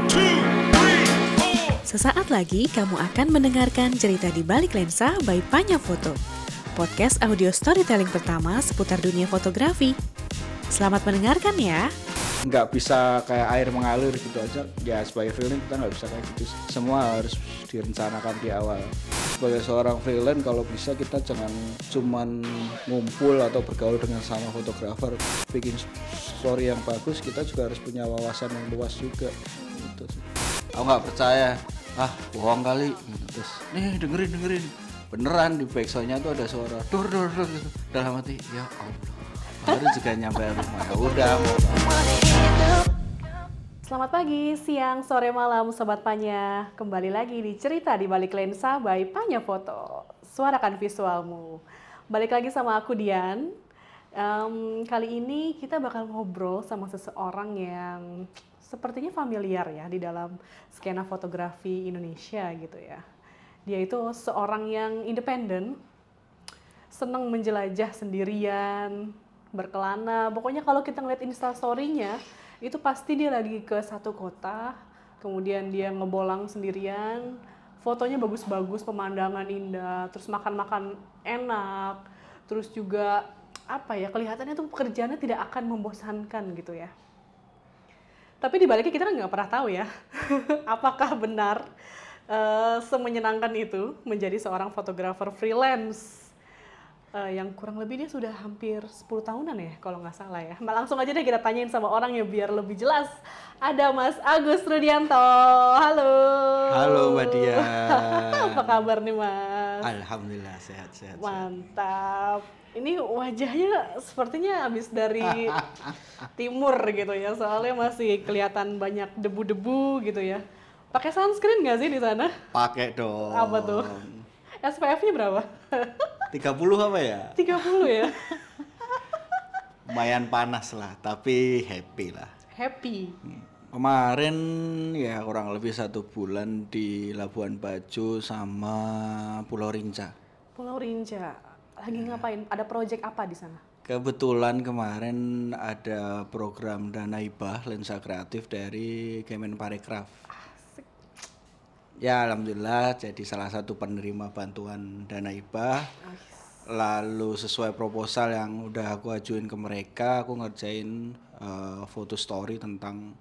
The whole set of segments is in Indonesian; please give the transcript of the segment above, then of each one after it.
Sesaat lagi kamu akan mendengarkan cerita di balik lensa by Panya Foto, podcast audio storytelling pertama seputar dunia fotografi. Selamat mendengarkan ya. Nggak bisa kayak air mengalir gitu aja. Ya sebagai freelance kita nggak bisa kayak gitu. Semua harus direncanakan di awal. Sebagai seorang freelance kalau bisa kita jangan cuman ngumpul atau bergaul dengan sama fotografer. Bikin story yang bagus kita juga harus punya wawasan yang luas juga. Gitu sih. Aku nggak percaya. Bohong kali. Terus nih dengerin. Beneran di backsoundnya tuh ada suara dor gitu. Dalam hati ya Allah. Baru juga nyampe rumah. Ya udah. Selamat pagi, siang, sore, malam, Sobat Panya. Kembali lagi di cerita di balik lensa by Panya Foto. Suarakan visualmu. Balik lagi sama aku Dian. Kali ini kita bakal ngobrol sama seseorang yang sepertinya familiar ya di dalam skena fotografi Indonesia gitu ya. Dia itu seorang yang independen, senang menjelajah sendirian, berkelana. Pokoknya kalau kita ngeliat instastory-nya, itu pasti dia lagi ke satu kota, kemudian dia ngebolang sendirian, fotonya bagus-bagus, pemandangan indah, terus makan-makan enak, terus juga kelihatannya tuh pekerjaannya tidak akan membosankan gitu ya. Tapi di baliknya kita kan nggak pernah tahu ya, apakah benar semenyenangkan itu menjadi seorang fotografer freelance. Yang kurang lebih dia sudah hampir 10 tahunan ya kalau nggak salah ya. Langsung aja deh kita tanyain sama orangnya biar lebih jelas. Ada Mas Agus Rudianto. Halo. Halo Mbak Dia. Apa kabar nih Mas? Alhamdulillah sehat. Mantap. Ini wajahnya sepertinya habis dari timur gitu ya. Soalnya masih kelihatan banyak debu-debu gitu ya. Pakai sunscreen nggak sih di sana? Pakai dong. Apa tuh? SPF-nya berapa? 30 apa ya? 30 ya? Lumayan panas lah, tapi happy lah. Happy? Kemarin ya kurang lebih 1 bulan di Labuan Bajo sama Pulau Rinca. Pulau Rinca. Lagi ngapain? Ada project apa di sana? Kebetulan kemarin ada program Dana Hibah Lensa Kreatif dari Kemenparekraf. Asik. Ya alhamdulillah jadi salah satu penerima bantuan Dana Hibah. Lalu sesuai proposal yang udah aku ajuin ke mereka, aku ngerjain foto story tentang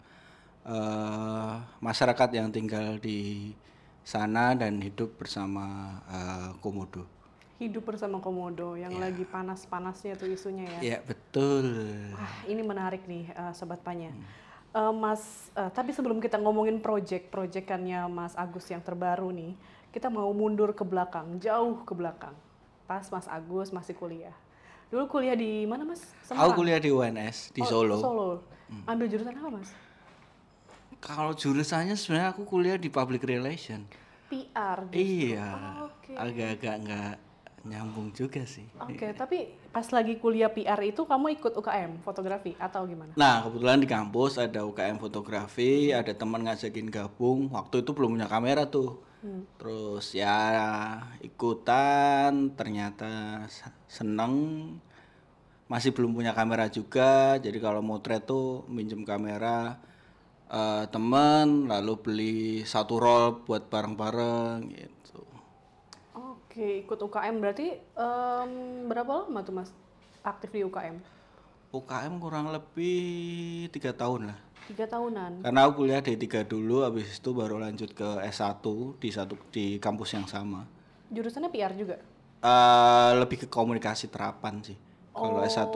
masyarakat yang tinggal di sana dan hidup bersama komodo. Hidup bersama komodo yang lagi panas-panasnya tuh isunya ya. Iya betul. Wah ini menarik nih Sobat Panya. Mas, tapi sebelum kita ngomongin project-projectannya Mas Agus yang terbaru nih, kita mau mundur ke belakang, jauh ke belakang. Pas Mas Agus masih kuliah. Dulu kuliah di mana Mas? Semarang? Aku kuliah di UNS di Solo. Solo. Ambil jurusan apa Mas? Kalau jurusannya sebenarnya aku kuliah di Public Relation. PR justru. Iya. Okay. Agak-agak nggak nyambung juga sih. Oke, tapi pas lagi kuliah PR itu kamu ikut UKM fotografi atau gimana? Nah kebetulan di kampus ada UKM fotografi, ada teman ngajakin gabung. Waktu itu belum punya kamera tuh. Terus ya ikutan, ternyata seneng. Masih belum punya kamera juga, jadi kalau motret tuh minjem kamera teman, lalu beli 1 roll buat bareng-bareng gitu. Oke, ikut UKM berarti berapa lama tuh Mas aktif di UKM? UKM kurang lebih 3 tahun lah. 3 tahunan. Karena aku kuliah D3 dulu, habis itu baru lanjut ke S1 di kampus yang sama. Jurusannya PR juga? Lebih ke komunikasi terapan sih. Kalau S1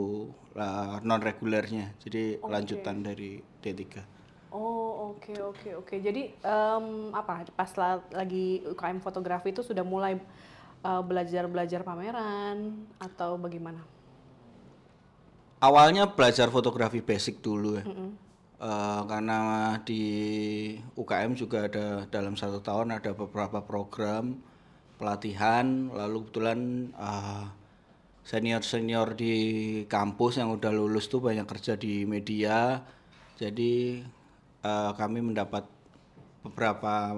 non regulernya, jadi lanjutan dari D3. Oh, oke. Jadi pas lagi UKM fotografi itu sudah mulai belajar pameran atau bagaimana? Awalnya belajar fotografi basic dulu ya. Karena di UKM juga ada dalam 1 tahun ada beberapa program pelatihan, lalu kebetulan senior di kampus yang udah lulus tuh banyak kerja di media, jadi kami mendapat beberapa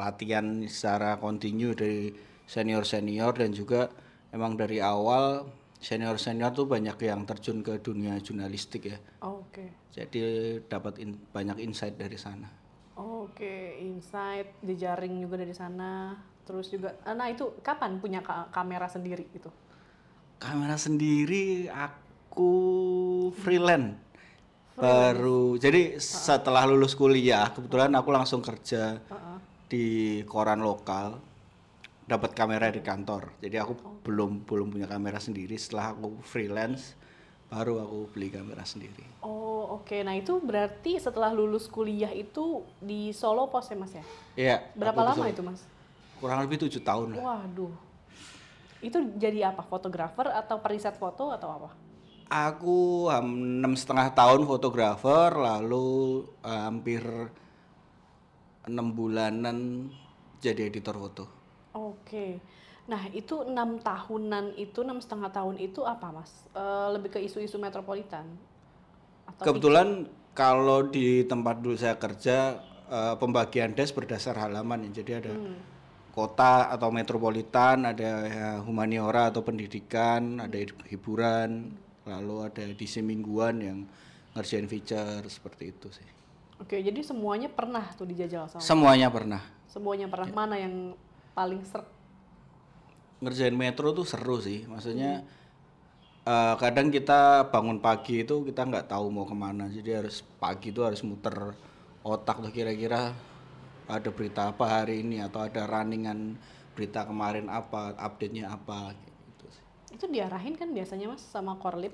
latihan secara kontinu dari senior dan juga emang dari awal senior tuh banyak yang terjun ke dunia jurnalistik ya. Oke. Jadi dapat banyak insight dari sana. Oke, insight, jejaring juga dari sana. Terus juga, nah itu kapan punya kamera sendiri gitu? Kamera sendiri aku freelance. Baru jadi setelah lulus kuliah kebetulan aku langsung kerja di koran lokal, dapat kamera di kantor. Jadi aku belum punya kamera sendiri. Setelah aku freelance baru aku beli kamera sendiri. Oh oke. Nah itu berarti setelah lulus kuliah itu di Solo Pos ya Mas ya? Iya. Berapa lama itu Mas? Kurang lebih 7 tahun lah. Waduh. Itu jadi apa? Fotografer atau periset foto atau apa? Aku 6,5 tahun fotografer, lalu hampir 6 bulanan jadi editor foto. Oke. Nah itu 6,5 tahun itu apa Mas? Lebih ke isu-isu metropolitan? Atau Kebetulan kalau di tempat dulu saya kerja pembagian desk berdasar halaman ya. Jadi ada kota atau metropolitan, ada humaniora atau pendidikan, ada hiburan, lalu ada edisi mingguan yang ngerjain feature seperti itu sih. Oke, jadi semuanya pernah tuh dijajal sama? Semuanya pernah. Semuanya pernah. Mana yang paling seret? Ngerjain metro tuh seru sih, maksudnya kadang kita bangun pagi itu kita nggak tahu mau kemana, jadi harus pagi itu harus muter otak tuh kira-kira ada berita apa hari ini atau ada runningan berita kemarin apa, update-nya apa gitu sih. Itu diarahin kan biasanya Mas sama Korlip?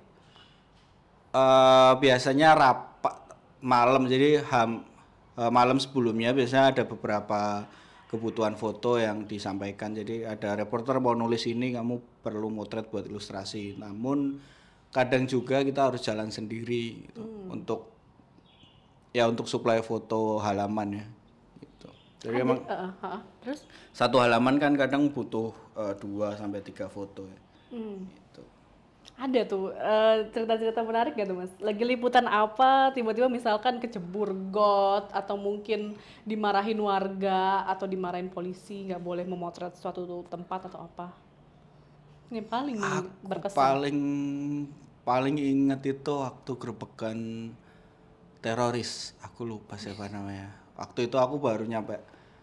Biasanya rapat malam, jadi malam sebelumnya biasanya ada beberapa kebutuhan foto yang disampaikan. Jadi ada reporter mau nulis ini, kamu perlu motret buat ilustrasi. Namun kadang juga kita harus jalan sendiri gitu, untuk supply foto halaman ya. Gitu. Jadi emang terus satu halaman kan kadang butuh 2-3 foto ya. Gitu. Ada tuh cerita-cerita menarik gak tuh Mas? Lagi liputan apa, tiba-tiba misalkan kecebur got, atau mungkin dimarahin warga, atau dimarahin polisi, nggak boleh memotret suatu tempat atau apa? Ini paling berkesan. Paling inget itu waktu gerebekan teroris, aku lupa siapa namanya. Waktu itu aku baru nyampe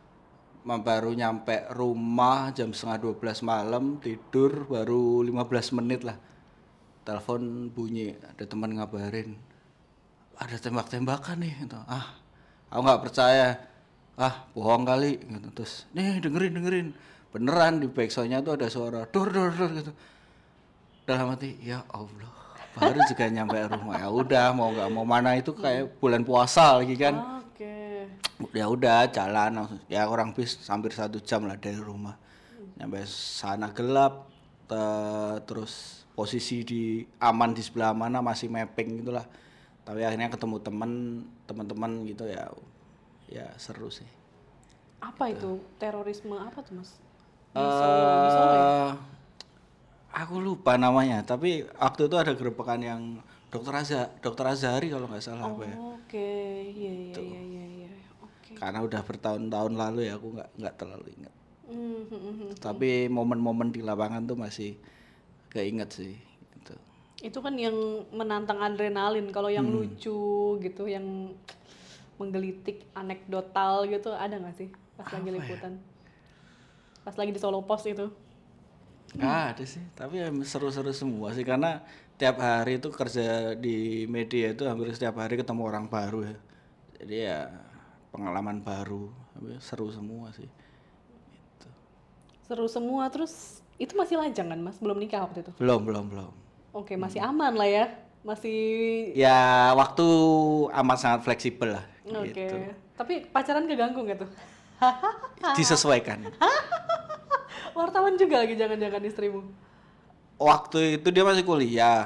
rumah jam 11:30 malam, tidur baru 15 menit lah. Telepon bunyi, ada teman ngabarin ada tembak-tembakan nih gitu. Aku nggak percaya, bohong kali gitu. Terus nih dengerin beneran di backsoundnya tuh ada suara dor gitu. Dalam hati ya Allah, baru juga nyampe rumah. Ya udah, mau nggak mau, mana itu kayak bulan puasa lagi kan. Oke. Ya udah jalan langsung, ya kurang bis hampir 1 jam lah dari rumah. Nyampe sana gelap, terus posisi aman di sebelah mana masih mapping gitulah. Tapi akhirnya ketemu teman-teman gitu ya seru sih. Apa itu terorisme apa tuh Mas? Di Solo ya? Aku lupa namanya, tapi waktu itu ada gerebekan yang Dokter Azhari kalau nggak salah apa ya. Oke, iya. Oke. Karena udah bertahun-tahun lalu ya, aku nggak terlalu ingat. Tapi momen-momen di lapangan tuh masih keinget sih gitu. Itu kan yang menantang adrenalin. Kalau yang lucu gitu, yang menggelitik, anekdotal gitu, ada nggak sih pas lagi liputan? Pas lagi di Solo Pos itu? Ada sih, tapi seru-seru semua sih, karena tiap hari itu kerja di media itu hampir setiap hari ketemu orang baru ya. Jadi ya pengalaman baru, seru semua sih. Gitu. Seru semua. Terus itu masih lajang kan Mas? Belum nikah waktu itu? Belum. Oke, masih aman lah ya? Masih... Ya waktu amat sangat fleksibel lah. Oke. Gitu. Tapi pacaran keganggu gak tuh? Disesuaikan. Wartawan juga lagi jangan-jangan istrimu? Waktu itu dia masih kuliah,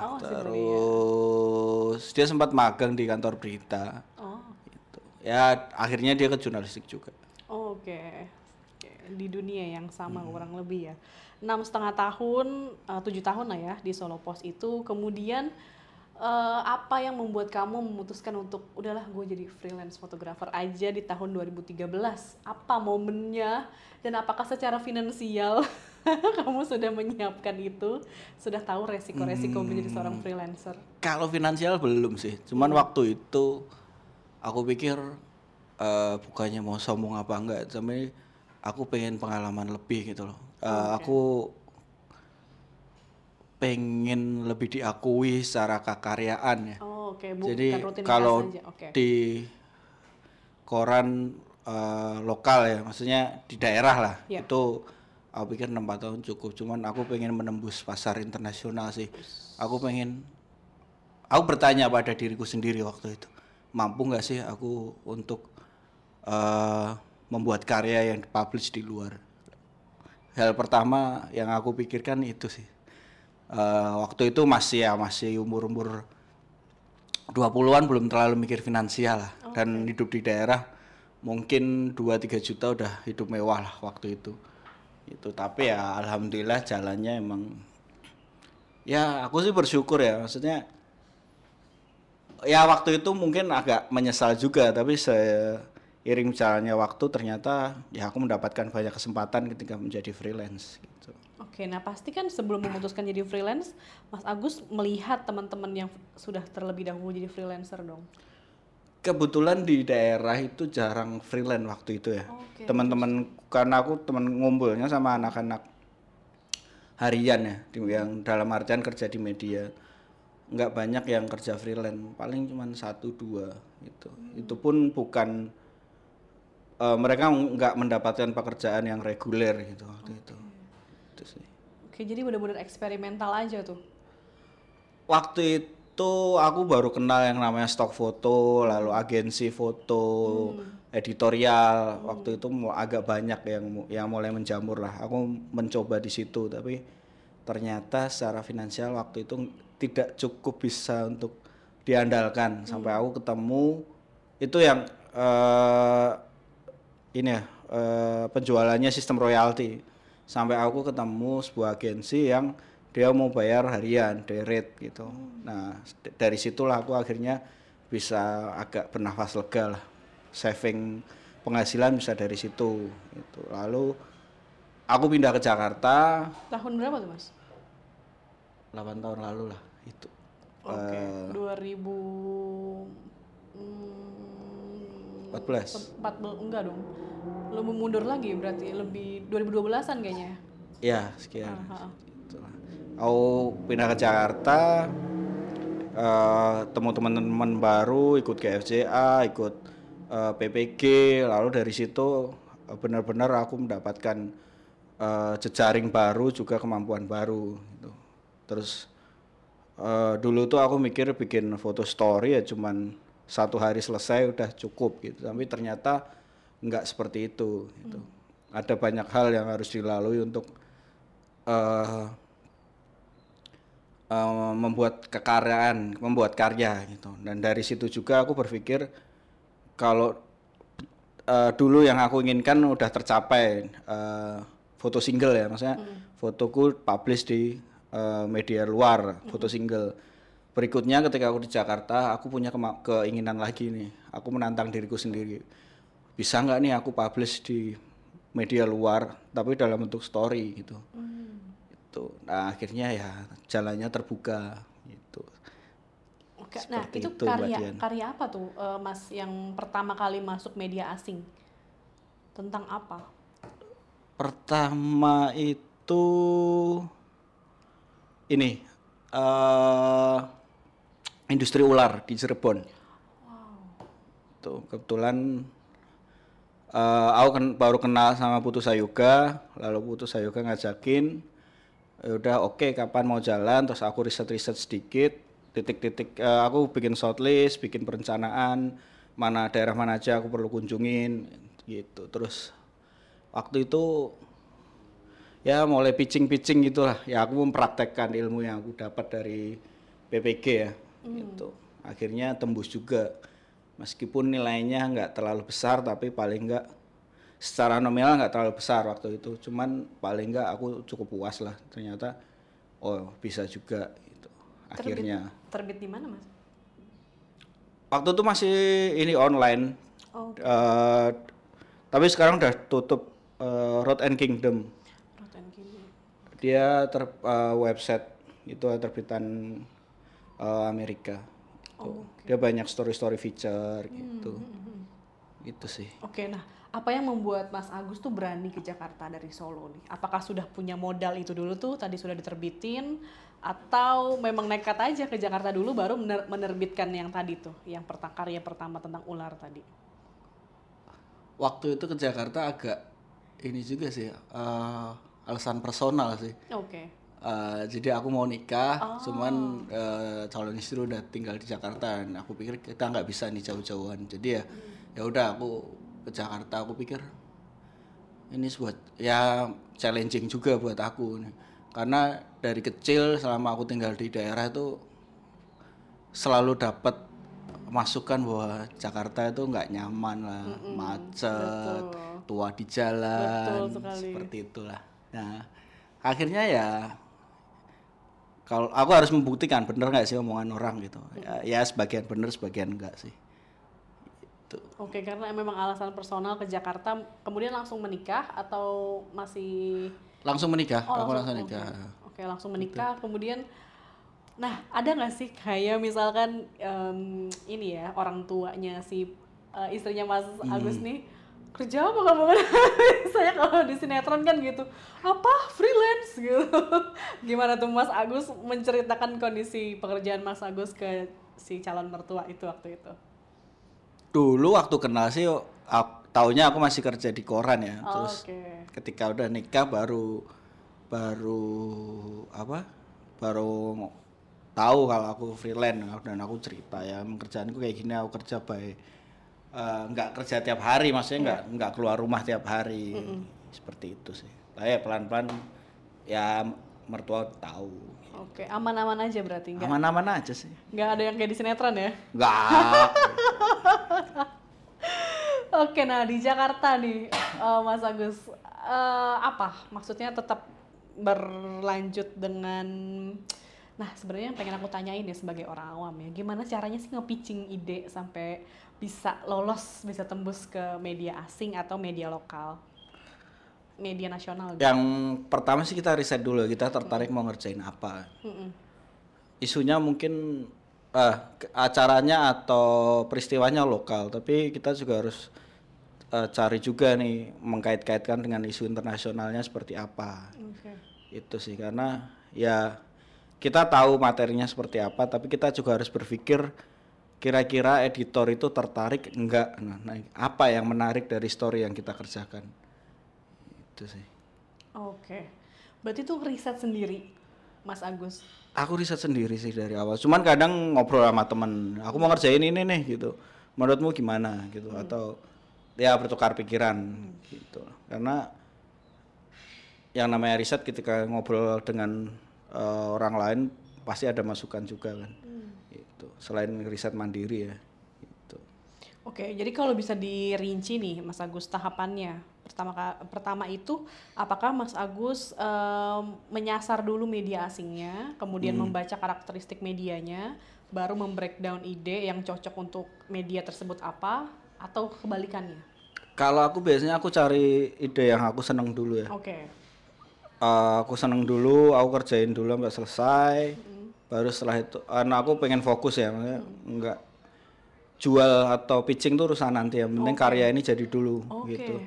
masih dia sempat magang di kantor berita. Gitu. Ya akhirnya dia ke jurnalistik juga. Oke. Di dunia yang sama kurang lebih ya. 6,5 tahun, 7 tahun lah ya di Solo Pos itu. Kemudian apa yang membuat kamu memutuskan untuk udahlah gue jadi freelance fotografer aja di tahun 2013? Apa momennya dan apakah secara finansial Kamu sudah menyiapkan itu, sudah tahu resiko-resiko menjadi seorang freelancer? Kalau finansial belum sih, cuman waktu itu aku pikir bukannya mau sombong apa enggak, tapi aku pengen pengalaman lebih gitu loh. Aku pengen lebih diakui secara kekaryaan ya. Oke, Jadi bukan rutinitas kalau saja. Oke. di koran lokal ya, maksudnya di daerah lah, Ya. itu aku pikir 4 tahun cukup. Cuman aku pengen menembus pasar internasional sih. Aku bertanya pada diriku sendiri waktu itu, mampu nggak sih aku untuk membuat karya yang dipublish di luar. Hal pertama yang aku pikirkan itu sih. Waktu itu masih umur 20-an, belum terlalu mikir finansial lah. Dan hidup di daerah mungkin 2-3 juta udah hidup mewah lah waktu itu. Tapi ya alhamdulillah jalannya emang, ya aku sih bersyukur ya, maksudnya ya waktu itu mungkin agak menyesal juga, tapi seiring jalannya waktu ternyata ya aku mendapatkan banyak kesempatan ketika menjadi freelance gitu. Oke, nah pasti kan sebelum memutuskan jadi freelance, Mas Agus melihat teman-teman yang sudah terlebih dahulu jadi freelancer dong. Kebetulan di daerah itu jarang freelance waktu itu ya. Oke. Teman-teman, karena aku teman ngumpulnya sama anak-anak harian ya, yang dalam artian kerja di media. Nggak banyak yang kerja freelance, paling cuma 1-2 gitu. Itu pun bukan mereka nggak mendapatkan pekerjaan yang reguler gitu waktu itu. Itu sih. Oke, jadi benar-benar eksperimental aja tuh. Waktu itu aku baru kenal yang namanya stock foto, lalu agensi foto, editorial. Waktu itu agak banyak yang mulai menjamur lah. Aku mencoba di situ, tapi ternyata secara finansial waktu itu tidak cukup bisa untuk diandalkan. Sampai aku ketemu itu yang penjualannya sistem royalti. Sampai aku ketemu sebuah agensi yang dia mau bayar harian, day rate gitu. Nah, dari situlah aku akhirnya bisa agak bernafas lega lah. Saving penghasilan bisa dari situ gitu. Lalu aku pindah ke Jakarta. Tahun berapa tuh, Mas? 8 tahun lalu lah itu. Oke, 14. Enggak dong. Lu mundur lagi berarti, lebih 2012-an kayaknya. Ya, sekian. Itulah. Aku pindah ke Jakarta, temu teman-teman baru, ikut GFCA, ikut PPG, lalu dari situ benar-benar aku mendapatkan jejaring baru, juga kemampuan baru gitu. Terus dulu tuh aku mikir bikin foto story ya cuman 1 hari selesai udah cukup gitu, tapi ternyata nggak seperti itu gitu. Ada banyak hal yang harus dilalui untuk membuat karya gitu. Dan dari situ juga aku berpikir kalau dulu yang aku inginkan udah tercapai, foto single ya, maksudnya fotoku publish di media luar, foto single. Berikutnya ketika aku di Jakarta, aku punya keinginan lagi nih, aku menantang diriku sendiri, bisa nggak nih aku publish di media luar tapi dalam bentuk story gitu. Nah akhirnya ya jalannya terbuka gitu. Oke, nah itu karya apa tuh, Mas, yang pertama kali masuk media asing? Tentang apa? Pertama itu ini industri ular di Cirebon. Tuh kebetulan aku baru kenal sama Putu Sayoga, lalu Putu Sayoga ngajakin, udah oke, kapan mau jalan. Terus aku riset sedikit, titik-titik aku bikin shortlist, bikin perencanaan mana daerah mana aja aku perlu kunjungin gitu. Terus waktu itu ya mulai pitching gitulah, ya aku mempraktekkan ilmu yang aku dapat dari PPG ya gitu. Akhirnya tembus juga, meskipun nilainya nggak terlalu besar, tapi paling nggak secara nominal nggak terlalu besar waktu itu, cuman paling nggak aku cukup puas lah, ternyata oh bisa juga gitu. Akhirnya terbit di mana, Mas? Waktu itu masih ini online. Tapi sekarang udah tutup, Road and Kingdom. Dia website itu terbitan Amerika. Dia banyak story feature gitu. Itu sih. Oke, nah apa yang membuat Mas Agus tuh berani ke Jakarta dari Solo nih? Apakah sudah punya modal itu dulu tuh, tadi sudah diterbitin, atau memang nekat aja ke Jakarta dulu baru menerbitkan yang tadi tuh, yang karya pertama tentang ular tadi? Waktu itu ke Jakarta agak ini juga sih, alasan personal sih. Oke. Jadi aku mau nikah, cuman calon istri udah tinggal di Jakarta, dan aku pikir kita nggak bisa nih jauh-jauhan. Jadi ya udah aku ke Jakarta. Aku pikir ini buat ya challenging juga buat aku nih. Karena dari kecil selama aku tinggal di daerah itu selalu dapat masukan bahwa Jakarta itu nggak nyaman lah, macet, tua di jalan, seperti itulah. Nah akhirnya ya kalau aku harus membuktikan bener nggak sih omongan orang gitu. Ya sebagian bener sebagian enggak sih. Gitu. Oke, karena memang alasan personal ke Jakarta, kemudian langsung menikah atau masih? Langsung menikah, aku langsung nikah. Oke, langsung menikah. Kemudian, nah ada nggak sih kayak misalkan ini ya orang tuanya si istrinya Mas Agus nih kerja apa kamu? Saya kalau di sinetron kan gitu, apa freelance gitu. Gimana tuh Mas Agus menceritakan kondisi pekerjaan Mas Agus ke si calon mertua itu waktu itu? Dulu waktu kenal sih taunya aku masih kerja di koran ya. Terus ketika udah nikah baru tahu kalau aku freelance, dan aku cerita ya kerjaanku kayak gini, aku kerja nggak kerja tiap hari, maksudnya nggak keluar rumah tiap hari. Seperti itu sih. Tapi pelan-pelan ya mertua tahu. Oke, aman-aman aja berarti? Aman-aman aja sih. Nggak ada yang kayak di sinetron ya? Nggak. Oke, nah di Jakarta nih Mas Agus, apa maksudnya tetap berlanjut dengan, nah sebenarnya yang pengen aku tanyain ya sebagai orang awam ya, gimana caranya sih nge-pitching ide sampai bisa lolos, bisa tembus ke media asing atau media lokal, media nasional gitu? Yang pertama sih kita riset dulu, kita tertarik mau ngerjain apa. Isunya mungkin acaranya atau peristiwanya lokal, tapi kita juga harus cari juga nih mengkait-kaitkan dengan isu internasionalnya seperti apa. Itu sih, karena ya kita tahu materinya seperti apa, tapi kita juga harus berpikir kira-kira editor itu tertarik enggak, nah apa yang menarik dari story yang kita kerjakan. Itu sih. Oke, berarti tuh riset sendiri Mas Agus? Aku riset sendiri sih dari awal, cuman kadang ngobrol sama temen, aku mau ngerjain ini nih gitu, menurutmu gimana gitu, atau ya bertukar pikiran gitu. Karena yang namanya riset ketika ngobrol dengan orang lain pasti ada masukan juga kan. Gitu. Selain riset mandiri ya. Gitu. Oke, jadi kalau bisa dirinci nih Mas Agus tahapannya, pertama itu apakah Mas Agus menyasar dulu media asingnya, kemudian membaca karakteristik medianya, baru membreakdown ide yang cocok untuk media tersebut apa, atau kebalikannya? Kalau aku biasanya aku cari ide yang aku seneng dulu ya. Aku seneng dulu, aku kerjain dulu sampai selesai, baru setelah itu, karena aku pengen fokus ya, maksudnya enggak jual atau pitching tuh urusan nanti, yang penting karya ini jadi dulu gitu.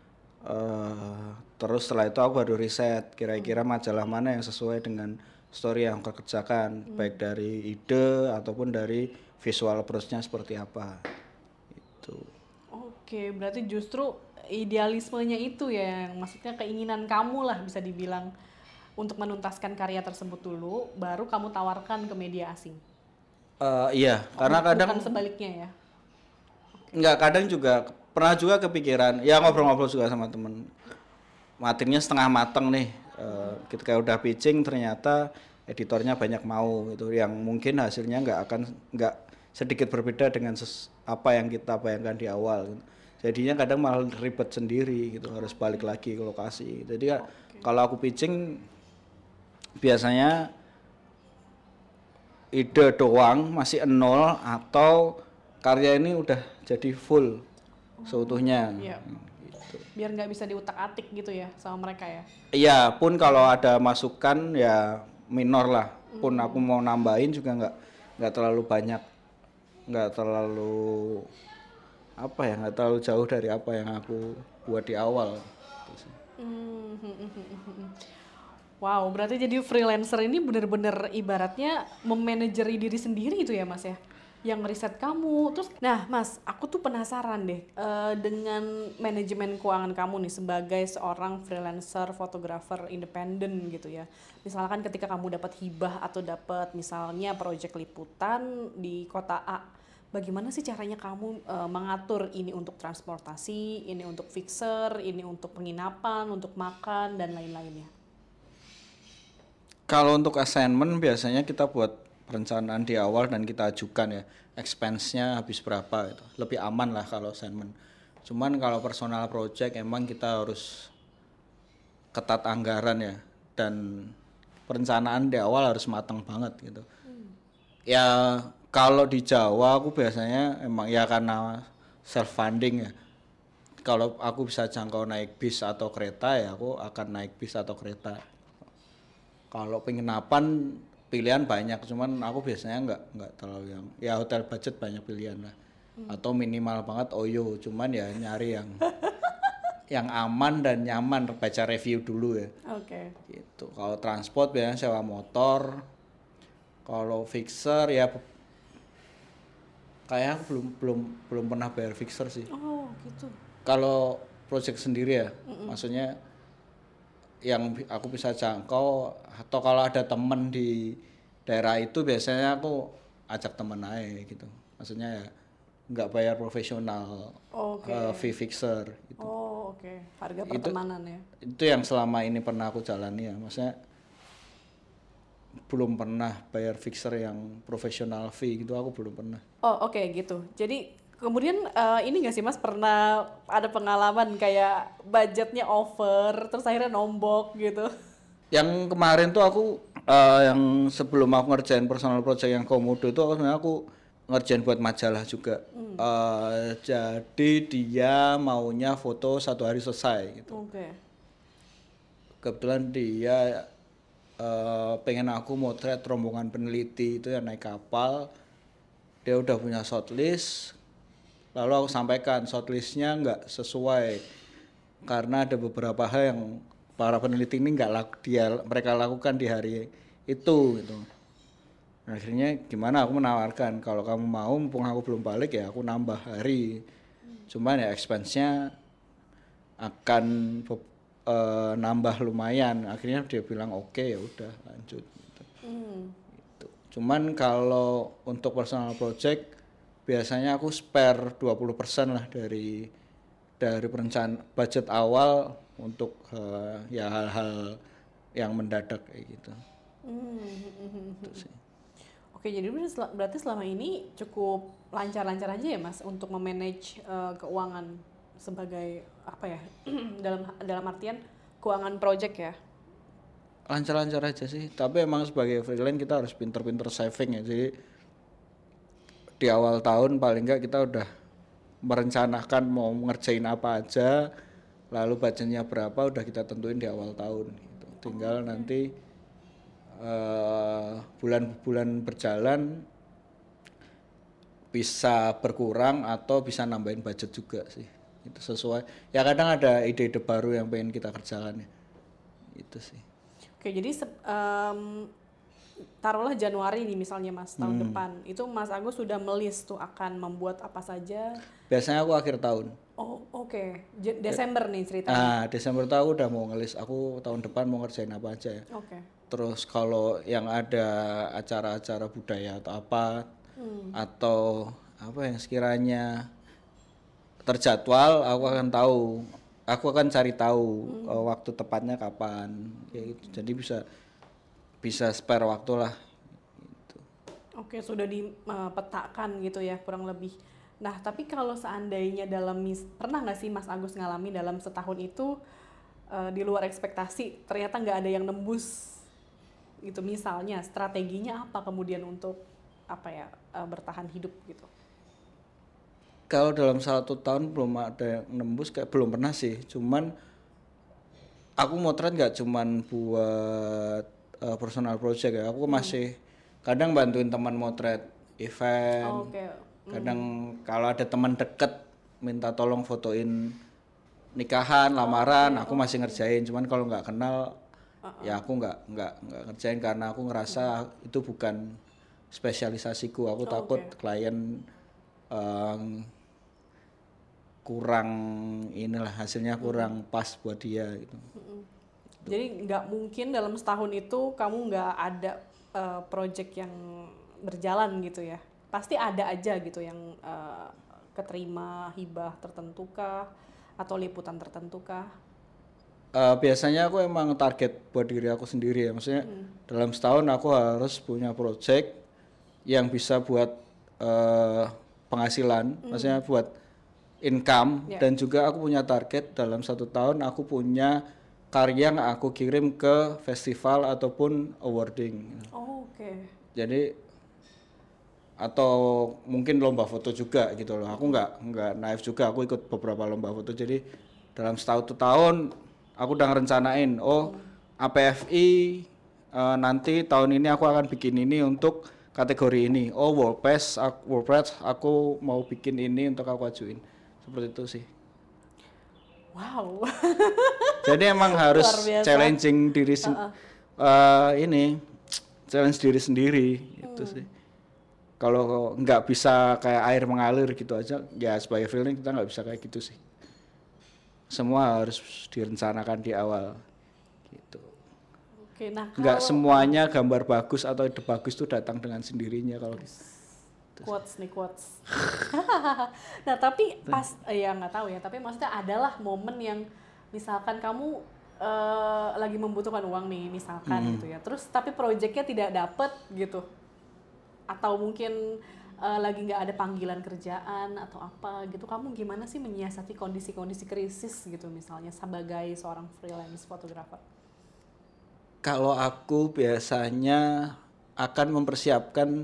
Terus setelah itu aku baru riset kira-kira majalah mana yang sesuai dengan story yang aku kerjakan, baik dari ide ataupun dari visual approach-nya seperti apa itu. Oke, berarti justru idealismenya itu ya, yang maksudnya keinginan kamu lah bisa dibilang untuk menuntaskan karya tersebut dulu, baru kamu tawarkan ke media asing. Iya, karena kadang bukan sebaliknya ya. Enggak, kadang juga pernah juga kepikiran, ya ngobrol-ngobrol juga sama temen, materinya setengah mateng nih, ketika udah pitching ternyata editornya banyak mau gitu, yang mungkin hasilnya nggak sedikit berbeda dengan apa yang kita bayangkan di awal gitu. Jadinya kadang malah ribet sendiri gitu, harus balik lagi ke lokasi. Jadi kalau aku pitching biasanya ide doang masih nol, atau karya ini udah jadi full seutuhnya. Biar nggak bisa diutak-atik gitu ya sama mereka ya. Iya, pun kalau ada masukan ya minor lah. Pun aku mau nambahin juga nggak terlalu banyak, nggak terlalu nggak terlalu jauh dari apa yang aku buat di awal. Wow, berarti jadi freelancer ini bener-bener ibaratnya memanajeri diri sendiri itu ya Mas ya? Yang ngeriset kamu. Terus, nah Mas, aku tuh penasaran deh dengan manajemen keuangan kamu nih sebagai seorang freelancer, fotografer independen gitu ya. Misalkan ketika kamu dapat hibah atau dapat misalnya proyek liputan di kota A, bagaimana sih caranya kamu mengatur ini untuk transportasi, ini untuk fixer, ini untuk penginapan, untuk makan, dan lain-lainnya? Kalau untuk assignment biasanya kita buat perencanaan di awal dan kita ajukan ya expense-nya habis berapa itu. Lebih aman lah kalau assignment. Cuman kalau personal project emang kita harus ketat anggaran ya dan perencanaan di awal harus matang banget gitu. Ya kalau di Jawa aku biasanya emang ya karena self funding ya. Kalau aku bisa jangkau naik bis atau kereta ya aku akan naik bis atau kereta. Kalau penginapan pilihan banyak, cuman aku biasanya nggak terlalu yang ya hotel budget banyak pilihan lah. Atau minimal banget Oyo, cuman ya nyari yang aman dan nyaman, baca review dulu ya. Oke. Gitu. Kalau transport biasanya sewa motor. Kalau fixer ya kayak aku belum pernah bayar fixer sih. Oh, gitu. Kalau project sendiri ya, maksudnya yang aku bisa jangkau atau kalau ada temen di daerah itu biasanya aku ajak temen aja gitu. Maksudnya ya nggak bayar profesional, fee fixer gitu. Oh, oke. Harga pertemanan ya. Itu yang selama ini pernah aku jalani ya. Maksudnya belum pernah bayar fixer yang profesional fee gitu, aku belum pernah. Oh, oke gitu. Jadi kemudian ini nggak sih Mas pernah ada pengalaman kayak budgetnya over terus akhirnya nombok gitu? Yang kemarin tuh aku yang sebelum aku ngerjain personal project yang komodo itu sebenarnya aku ngerjain buat majalah juga. Jadi dia maunya foto 1 hari selesai gitu. Oke. Kebetulan dia pengen aku motret rombongan peneliti itu yang naik kapal. Dia udah punya shortlist. Lalu aku sampaikan shortlistnya nggak sesuai karena ada beberapa hal yang para peneliti ini mereka lakukan di hari itu gitu. Akhirnya gimana aku menawarkan kalau kamu mau mumpung aku belum balik ya aku nambah hari. Cuman ya expense-nya akan nambah lumayan. Akhirnya dia bilang oke, ya udah lanjut gitu. Gitu. Cuman kalau untuk personal project biasanya aku spare 20% lah dari perencanaan budget awal untuk ya hal-hal yang mendadak kayak gitu. Gitu sih. Oke, jadi berarti selama ini cukup lancar-lancar aja ya Mas untuk memanage keuangan sebagai apa ya dalam artian keuangan project ya? Lancar-lancar aja sih, tapi emang sebagai freelance kita harus pinter-pinter saving ya. Jadi di awal tahun paling enggak kita udah merencanakan mau ngerjain apa aja, lalu budgetnya berapa udah kita tentuin di awal tahun gitu. Tinggal nanti bulan-bulan berjalan bisa berkurang atau bisa nambahin budget juga sih. Itu sesuai. Ya kadang ada ide-ide baru yang pengen kita kerjakan ya. Itu sih. Oke, jadi taruhlah Januari nih misalnya Mas tahun depan. Itu Mas Agus sudah melis tuh akan membuat apa saja. Biasanya aku akhir tahun. Oh, oke. Desember nih ceritanya. Nah, Desember tuh aku udah mau ngelis aku tahun depan mau ngerjain apa aja ya. Oke. Terus kalau yang ada acara-acara budaya atau apa atau apa yang sekiranya terjadwal, aku akan cari tahu waktu tepatnya kapan kayak gitu. Jadi bisa spare waktu lah gitu. Oke, sudah dipetakan gitu ya kurang lebih. Nah, tapi kalau seandainya pernah nggak sih Mas Agus ngalami dalam setahun itu di luar ekspektasi ternyata nggak ada yang nembus gitu, misalnya strateginya apa kemudian untuk bertahan hidup gitu? Kalau dalam 1 tahun belum ada yang nembus, kayak belum pernah sih. Cuman aku motret nggak cuman buat personal project ya. Aku masih kadang bantuin teman motret event. Oke. Kadang kalau ada teman deket minta tolong fotoin nikahan, lamaran, aku masih ngerjain. Cuman kalau nggak kenal, ya aku nggak ngerjain karena aku ngerasa itu bukan spesialisasiku. Aku takut klien kurang inilah hasilnya kurang pas buat dia gitu. Jadi nggak mungkin dalam setahun itu kamu nggak ada project yang berjalan gitu ya. Pasti ada aja gitu yang keterima hibah tertentu kah atau liputan tertentu kah? Biasanya aku emang target buat diri aku sendiri ya. Maksudnya dalam setahun aku harus punya project yang bisa buat penghasilan, maksudnya buat income, dan juga aku punya target dalam 1 tahun aku punya karya yang aku kirim ke festival ataupun awarding. Oke. Jadi atau mungkin lomba foto juga gitu loh. Aku nggak naif juga, aku ikut beberapa lomba foto. Jadi dalam 1 tahun aku udah ngerencanain, APFI nanti tahun ini aku akan bikin ini untuk kategori ini. WordPress aku mau bikin ini untuk aku ajuin. Seperti itu sih. Wow. Jadi emang harus challenging diri challenge diri sendiri itu sih. Kalau nggak bisa kayak air mengalir gitu aja, ya sebagai freelance kita nggak bisa kayak gitu sih. Semua harus direncanakan di awal gitu. Oke, nah Nggak semuanya gambar bagus atau ide bagus itu datang dengan sendirinya kalau quotes. Nah tapi pas ya nggak tahu ya, tapi maksudnya adalah momen yang misalkan kamu lagi membutuhkan uang nih misalkan gitu ya, terus tapi proyeknya tidak dapet gitu, atau mungkin lagi nggak ada panggilan kerjaan atau apa gitu, kamu gimana sih menyiasati kondisi-kondisi krisis gitu misalnya sebagai seorang freelance fotografer? Kalau aku biasanya akan mempersiapkan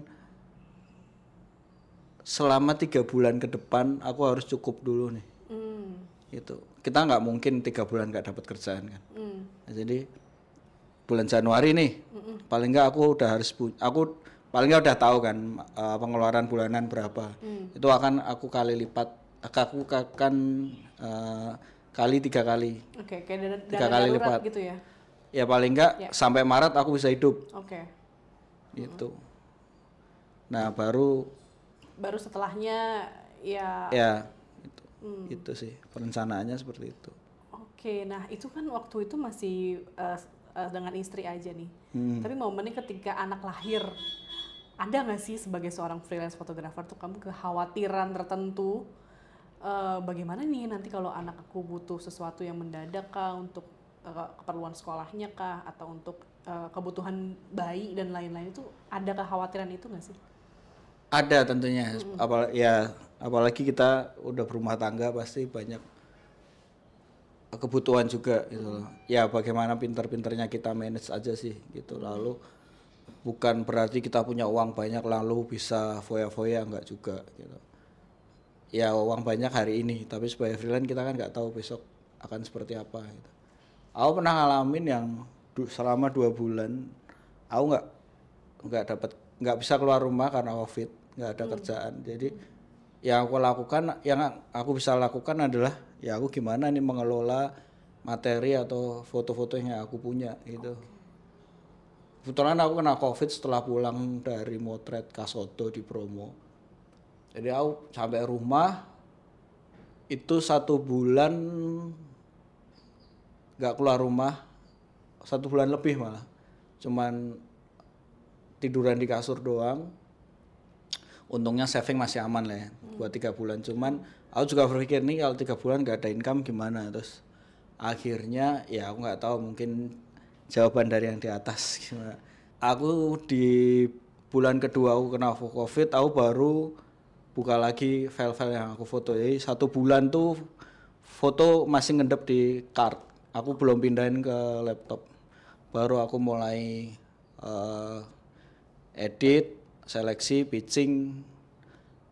selama 3 bulan ke depan aku harus cukup dulu nih. Gitu. Kita nggak mungkin 3 bulan nggak dapat kerjaan kan. Nah, jadi bulan Januari nih, paling nggak aku udah harus paling nggak udah tahu kan pengeluaran bulanan berapa. Itu akan aku kali lipat, aku akan kali 3 kali. Oke, kayak 3 kali lipat gitu ya. Ya paling nggak sampai Maret aku bisa hidup. Oke. Gitu. Nah baru setelahnya ya itu sih perencanaannya seperti itu. Oke, nah itu kan waktu itu masih dengan istri aja nih. Tapi momennya ketika anak lahir, ada nggak sih sebagai seorang freelance fotografer tuh kamu kekhawatiran tertentu, bagaimana nih nanti kalau anak aku butuh sesuatu yang mendadak kah untuk keperluan sekolahnya kah atau untuk kebutuhan bayi dan lain-lain, itu ada kekhawatiran itu nggak sih? Ada tentunya, apalagi kita udah berumah tangga pasti banyak kebutuhan juga gitu loh. Ya bagaimana pintar-pintarnya kita manage aja sih gitu. Lalu bukan berarti kita punya uang banyak lalu bisa foya-foya, enggak juga gitu. Ya uang banyak hari ini, tapi sebagai freelance kita kan nggak tahu besok akan seperti apa gitu. Aku pernah ngalamin yang selama 2 bulan aku nggak bisa keluar rumah karena COVID, nggak ada kerjaan. Jadi yang aku bisa lakukan adalah ya aku gimana nih mengelola materi atau foto-foto yang aku punya gitu. Kebetulan aku kena COVID setelah pulang dari motret Kasodo di promo. Jadi aku sampai rumah itu 1 bulan nggak keluar rumah, 1 bulan lebih malah. Cuman tiduran di kasur doang. Untungnya saving masih aman lah ya buat 3 bulan. Cuman aku juga berpikir nih kalau 3 bulan nggak ada income gimana. Terus akhirnya ya aku nggak tahu, mungkin jawaban dari yang di atas gimana. Aku di bulan kedua aku kena COVID, aku baru buka lagi file-file yang aku foto. Jadi 1 bulan tuh foto masih ngendep di card. Aku belum pindahin ke laptop. Baru aku mulai edit, seleksi, pitching,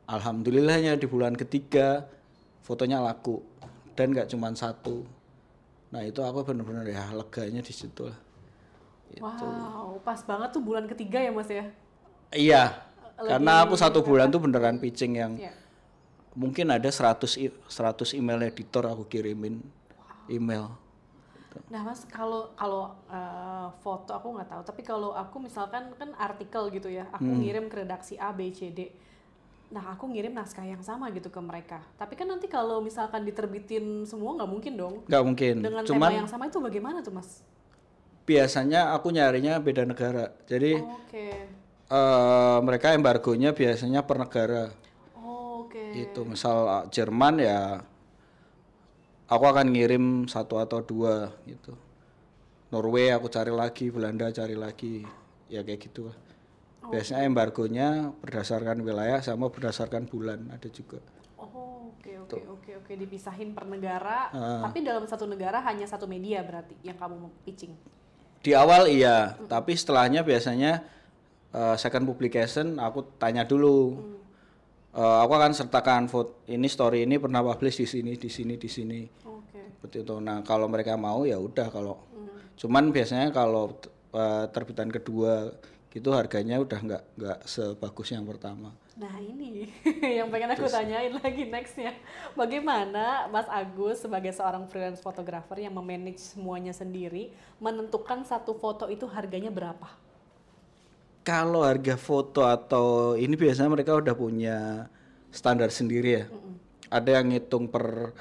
alhamdulillahnya di bulan ketiga fotonya laku dan nggak cuma satu. Nah itu aku benar-benar ya leganya di situ lah. Wow, pas banget tuh bulan ketiga ya Mas ya? Iya, karena aku 1 bulan tuh beneran pitching yang Iya. mungkin ada 100 email editor aku kirimin email. Nah Mas, kalau foto aku nggak tahu, tapi kalau aku misalkan kan artikel gitu ya, aku ngirim ke redaksi A, B, C, D. Nah aku ngirim naskah yang sama gitu ke mereka. Tapi kan nanti kalau misalkan diterbitin semua nggak mungkin dong. Nggak mungkin. Dengan Cuman tema yang sama itu bagaimana tuh Mas? biasanya aku nyarinya beda negara. Jadi Oke. mereka embargonya biasanya per negara. Oke. Gitu. Misal Jerman ya aku akan ngirim 1 atau 2 gitu. Norway aku cari lagi, Belanda cari lagi. Ya kayak gitu lah. Biasanya embargonya berdasarkan wilayah sama berdasarkan bulan ada juga. Oh, oke, dipisahin per negara, tapi dalam satu negara hanya satu media berarti yang kamu mau pitching. Di awal iya, tapi setelahnya biasanya second publication aku tanya dulu. Aku akan sertakan foto ini, story ini pernah publish di sini. Oke. Seperti itu. Nah, kalau mereka mau ya udah kalau cuman biasanya kalau terbitan kedua gitu harganya udah nggak sebagus yang pertama. Nah ini yang pengen aku tanyain lagi nextnya. Bagaimana Mas Agus sebagai seorang freelance photographer yang memanage semuanya sendiri menentukan satu foto itu harganya berapa? Kalau harga foto atau ini biasanya mereka udah punya standar sendiri ya. Ada yang ngitung per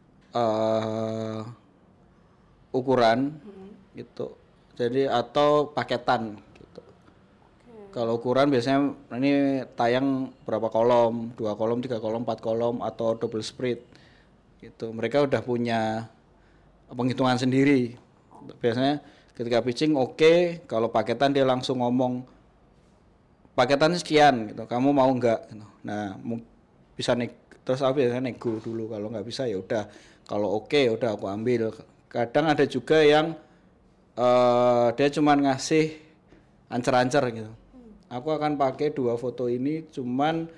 ukuran gitu. Jadi atau paketan gitu. Kalau ukuran biasanya ini tayang berapa kolom, 2 kolom, 3 kolom, 4 kolom atau double spread gitu. Mereka udah punya penghitungan sendiri. Biasanya ketika pitching oke, kalau paketan dia langsung ngomong paketan sekian gitu. Kamu mau enggak gitu. Nah, bisa terus aku biasanya nego dulu, kalau nggak bisa ya udah. Kalau oke ya udah aku ambil. Kadang ada juga yang dia cuman ngasih ancer-ancer gitu. Aku akan pakai 2 foto ini cuman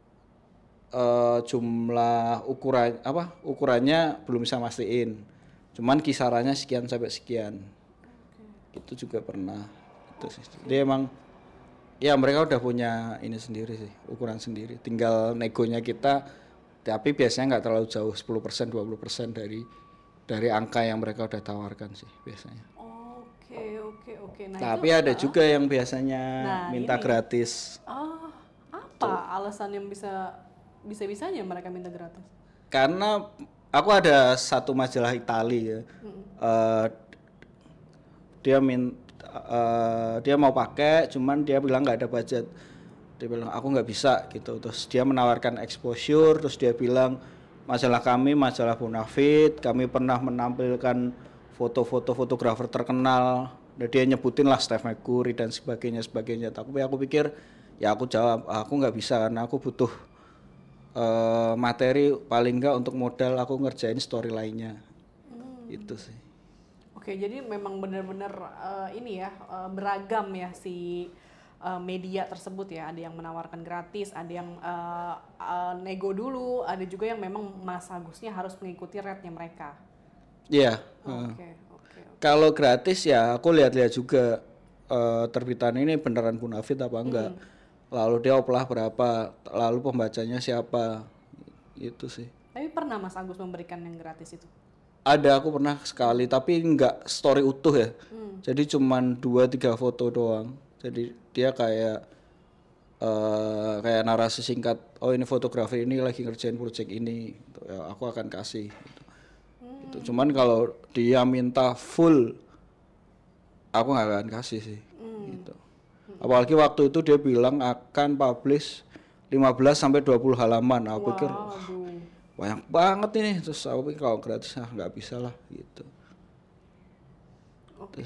jumlah ukurannya belum bisa mastiin. Cuman kisarannya sekian sampai sekian. Itu juga pernah. Itu sih. Dia emang ya mereka udah punya ini sendiri sih, ukuran sendiri. Tinggal negonya kita, tapi biasanya nggak terlalu jauh, 10%, 20% dari angka yang mereka udah tawarkan sih biasanya. Oke. Nah, tapi itu, ada juga yang biasanya minta ini. gratis. Apa alasan yang bisa-bisanya mereka minta gratis? Karena aku ada satu majalah Italia ya. Dia mau pakai, cuman dia bilang nggak ada budget. Dia bilang aku nggak bisa gitu. Terus dia menawarkan exposure, terus dia bilang majalah kami majalah Bonafide, kami pernah menampilkan foto-foto fotografer terkenal. Dan dia nyebutin lah Steph McCurry dan sebagainya. Tapi aku pikir ya aku jawab aku nggak bisa karena aku butuh materi paling nggak untuk modal aku ngerjain story lainnya. Itu sih. Oke, jadi memang benar-benar beragam ya si media tersebut ya. Ada yang menawarkan gratis, ada yang nego dulu, ada juga yang memang Mas Agusnya harus mengikuti rate-nya mereka. Iya. Oke. Kalau gratis ya aku lihat-lihat juga terbitan ini beneran Bonafide apa enggak. Lalu dia opelah berapa, lalu pembacanya siapa. Itu sih. Tapi pernah Mas Agus memberikan yang gratis itu? Ada, aku pernah sekali, tapi enggak story utuh ya. Jadi cuman 2-3 foto doang. Jadi dia kayak narasi singkat. Oh ini fotografer ini lagi ngerjain project ini. Gitu. Ya, aku akan kasih. Gitu. Gitu. Cuman kalau dia minta full, aku nggak akan kasih sih. Gitu. Apalagi waktu itu dia bilang akan publish 15-20 halaman. Aku pikir banyak banget ini. Terus aku pikir kalau gratis nggak bisa lah gitu. Oke.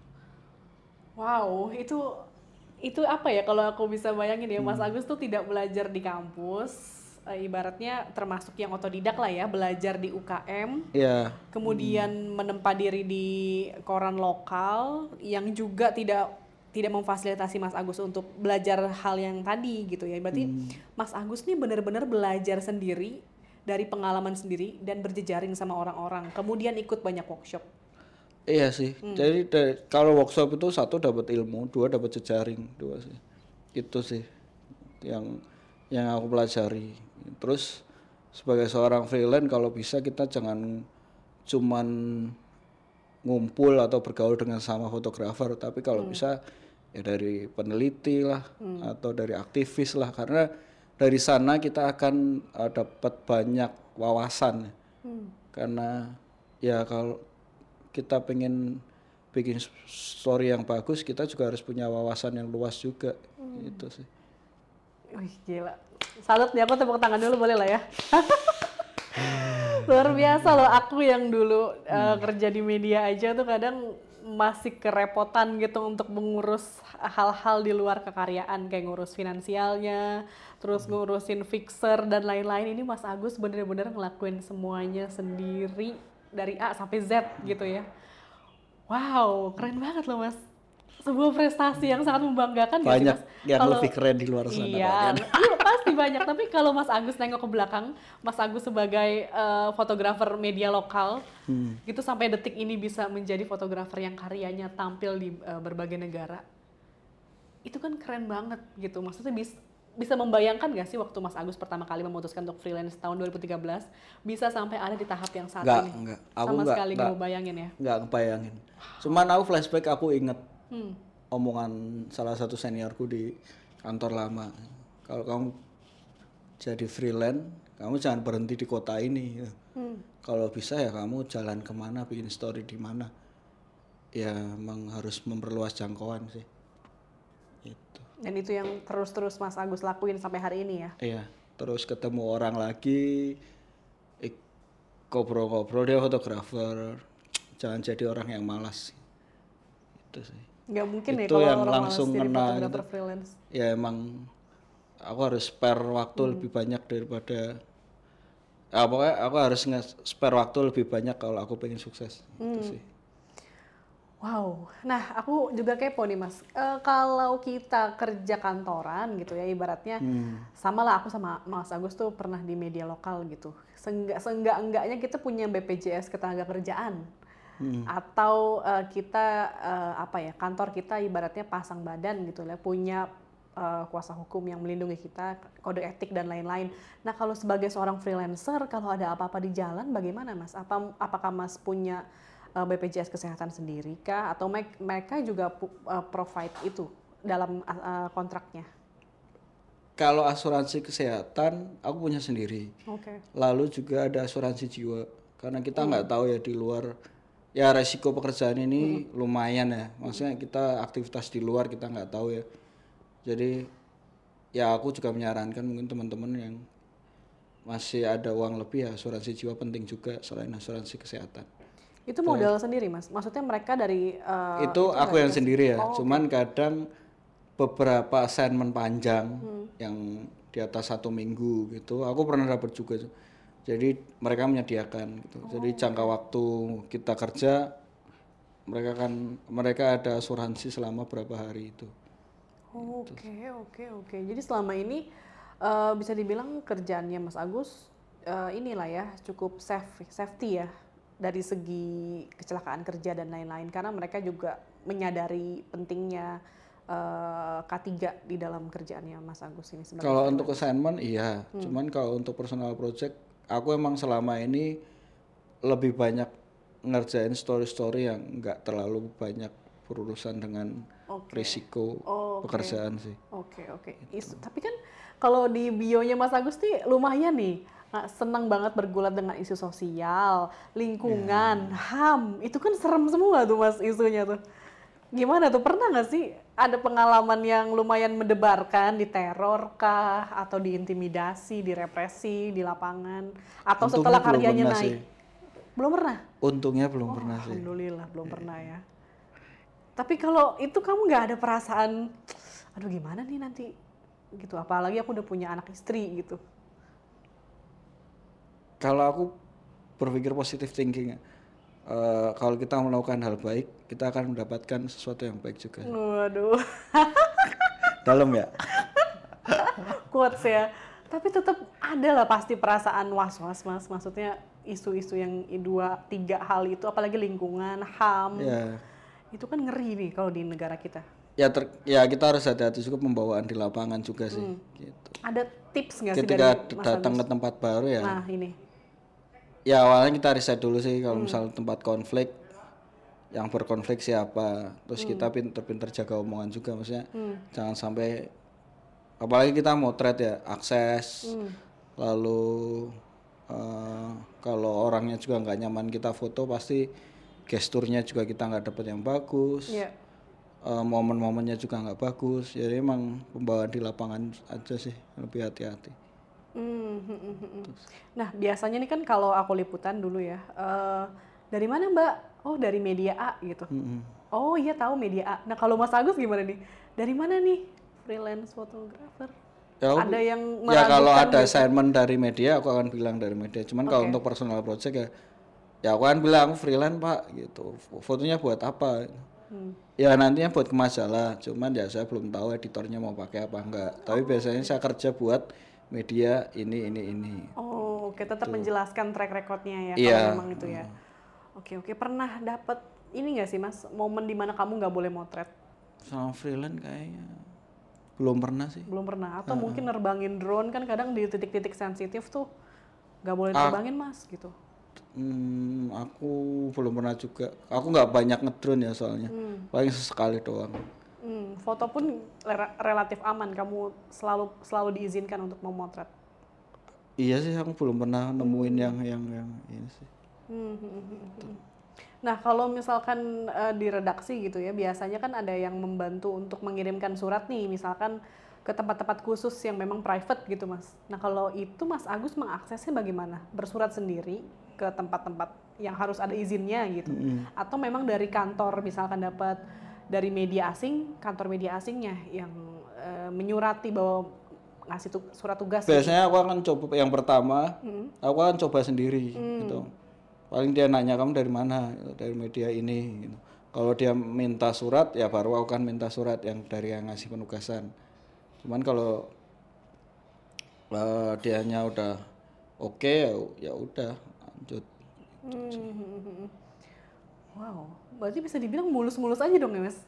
Wow, itu apa ya kalau aku bisa bayangin ya, Mas Agus tuh tidak belajar di kampus, ibaratnya termasuk yang otodidak lah ya, belajar di UKM. Iya. Kemudian menempa diri di koran lokal yang juga tidak tidak memfasilitasi Mas Agus untuk belajar hal yang tadi gitu ya. Berarti Mas Agus nih benar-benar belajar sendiri dari pengalaman sendiri dan berjejaring sama orang-orang. Kemudian ikut banyak workshop. Iya sih. Jadi kalau workshop itu satu dapat ilmu, dua dapat jejaring, dua sih. Itu sih yang aku pelajari. Terus sebagai seorang freelance kalau bisa kita jangan cuman ngumpul atau bergaul dengan sama fotografer, tapi kalau bisa ya dari peneliti lah atau dari aktivis lah, karena dari sana kita akan dapat banyak wawasan. Karena ya kalau kita pengen bikin story yang bagus, kita juga harus punya wawasan yang luas juga. Itu sih. Wih gila, salut nih, aku tepuk tangan dulu boleh lah ya. Luar biasa loh, aku yang dulu kerja di media aja tuh kadang masih kerepotan gitu untuk mengurus hal-hal di luar kekaryaan, kayak ngurus finansialnya, terus ngurusin fixer dan lain-lain. Ini Mas Agus bener-bener ngelakuin semuanya sendiri dari A sampai Z gitu ya. Wow, keren banget loh Mas. Sebuah prestasi yang sangat membanggakan. Banyak gak sih, Mas? yang lebih keren di luar sana. Iya, iya pasti banyak. Tapi kalau Mas Agus nengok ke belakang, Mas Agus sebagai fotografer media lokal, gitu sampai detik ini bisa menjadi fotografer yang karyanya tampil di berbagai negara, itu kan keren banget gitu. Maksudnya bisa membayangkan gak sih waktu Mas Agus pertama kali memutuskan untuk freelance tahun 2013 bisa sampai ada di tahap yang saat ini? Enggak. Aku sama sekali nggak bayangin ya? Nggak kebayangin. Cuman aku flashback, aku inget omongan salah satu seniorku di kantor lama. Kalau kamu jadi freelance, kamu jangan berhenti di kota ini. Kalau bisa ya kamu jalan kemana, bikin story di mana. Ya emang harus memperluas jangkauan sih. Itu. Dan itu yang terus-terus Mas Agus lakuin sampai hari ini ya? Iya. Terus ketemu orang lagi, ngobrol-ngobrol, dia fotografer. Jangan jadi orang yang malas. Itu sih. Nggak mungkin ya Itu kalau yang orang langsung malas jadi kena fotografer gitu. freelance. Ya emang aku harus spare waktu lebih banyak daripada pokoknya aku harus spare waktu lebih banyak kalau aku pengen sukses. Itu sih. Wow, nah aku juga kepo nih Mas, kalau kita kerja kantoran gitu ya ibaratnya, sama lah aku sama Mas Agus tuh pernah di media lokal gitu, seenggak-enggaknya kita punya BPJS Ketenagakerjaan, atau kita apa ya, kantor kita ibaratnya pasang badan gitu ya, punya kuasa hukum yang melindungi kita, kode etik dan lain-lain. Nah kalau sebagai seorang freelancer, kalau ada apa-apa di jalan bagaimana Mas? Apakah Mas punya BPJS Kesehatan sendiri kah? Atau mereka juga provide itu dalam kontraknya? Kalau asuransi kesehatan aku punya sendiri. Oke. Lalu juga ada asuransi jiwa. Karena kita nggak tahu ya di luar, ya resiko pekerjaan ini lumayan ya. Maksudnya kita aktivitas di luar kita nggak tahu ya. Jadi ya aku juga menyarankan mungkin teman-teman yang masih ada uang lebih, ya asuransi jiwa penting juga selain asuransi kesehatan. Itu modal sendiri Mas? Maksudnya mereka dari... itu aku yang sendiri ya, cuman kadang beberapa assignment panjang yang di atas 1 minggu gitu, aku pernah dapat juga. Jadi mereka menyediakan gitu. Jadi jangka waktu kita kerja, mereka ada asuransi selama berapa hari itu. Oke. Jadi selama ini bisa dibilang kerjaannya Mas Agus inilah ya cukup safety ya dari segi kecelakaan kerja dan lain-lain, karena mereka juga menyadari pentingnya K3 di dalam kerjaannya Mas Agus ini. Kalau untuk assignment iya, cuman kalau untuk personal project aku emang selama ini lebih banyak ngerjain story-story yang nggak terlalu banyak berurusan dengan risiko pekerjaan sih. Oke. Tapi kan kalau di bionya Mas Agus nih lumayan nih, senang banget bergulat dengan isu sosial, lingkungan, HAM. Itu kan serem semua tuh Mas isunya tuh. Gimana tuh, pernah nggak sih ada pengalaman yang lumayan mendebarkan, diteror kah, atau diintimidasi, direpresi di lapangan, atau Untungnya setelah belum karyanya pernah naik? sih. Belum pernah? Untungnya belum pernah sih. Alhamdulillah belum pernah ya. Tapi kalau itu kamu nggak ada perasaan, aduh gimana nih nanti gitu, apalagi aku udah punya anak istri gitu. Kalau aku berpikir positive thinking ya, kalau kita melakukan hal baik, kita akan mendapatkan sesuatu yang baik juga. Waduh, Dalam ya. quotes ya. Tapi tetap ada lah pasti perasaan was-was Mas. Maksudnya isu-isu yang 2-3 hal itu, apalagi lingkungan, HAM. Ya. Itu kan ngeri nih kalau di negara kita. Ya kita harus hati-hati juga pembawaan di lapangan juga sih. Gitu. Ada tips nggak sih Ketika dari Mas datang Agus? ke tempat baru ya. Nah ini. Ya awalnya kita riset dulu sih kalau misal tempat konflik, yang berkonflik siapa, terus kita pinter-pinter jaga omongan juga, maksudnya jangan sampai, apalagi kita motret ya, akses, lalu kalau orangnya juga nggak nyaman kita foto, pasti gesturnya juga kita nggak dapet yang bagus, Iya. momen-momennya juga nggak bagus, jadi emang pembawaan di lapangan aja sih lebih hati-hati. Nah biasanya nih kan kalau aku liputan dulu ya, dari mana Mbak? Oh dari media A gitu. Oh iya tahu media A. Nah kalau Mas Agus gimana nih? Dari mana nih freelance photographer? Ada yang Ya kalau meragukan ada gitu? assignment dari media aku akan bilang dari media. Cuman kalau untuk personal project ya aku akan bilang aku freelance Pak gitu. Fotonya buat apa? Ya nantinya buat ke majalah. Cuman ya saya belum tahu editornya mau pakai apa enggak. Tapi biasanya saya kerja buat media ini. Oh oke, tetap menjelaskan track recordnya ya Iya. kalau memang itu ya. Oke, pernah dapat ini nggak sih Mas, momen dimana kamu nggak boleh motret? Sama freelance kayaknya belum pernah sih. Belum pernah, atau mungkin nerbangin drone kan kadang di titik-titik sensitif tuh nggak boleh nerbangin Mas gitu. Aku belum pernah juga. Aku nggak banyak ngedrone ya soalnya. Paling sesekali doang. Foto pun relatif aman, kamu selalu diizinkan untuk memotret. Iya sih, aku belum pernah nemuin yang ini sih. Nah kalau misalkan di redaksi gitu ya, biasanya kan ada yang membantu untuk mengirimkan surat nih, misalkan ke tempat-tempat khusus yang memang private gitu Mas. Nah kalau itu Mas Agus mengaksesnya bagaimana? Bersurat sendiri ke tempat-tempat yang harus ada izinnya gitu? Atau memang dari kantor misalkan dapat dari media asing, kantor media asingnya yang menyurati bahwa ngasih surat tugas? Biasanya aku akan coba yang pertama, aku akan coba sendiri gitu. Paling dia nanya kamu dari mana, dari media ini. Gitu. Kalau dia minta surat, ya baru aku akan minta surat yang dari yang ngasih penugasan. Cuman kalau dianya udah oke, ya udah lanjut. Wow, berarti bisa dibilang mulus-mulus aja dong ya Mas?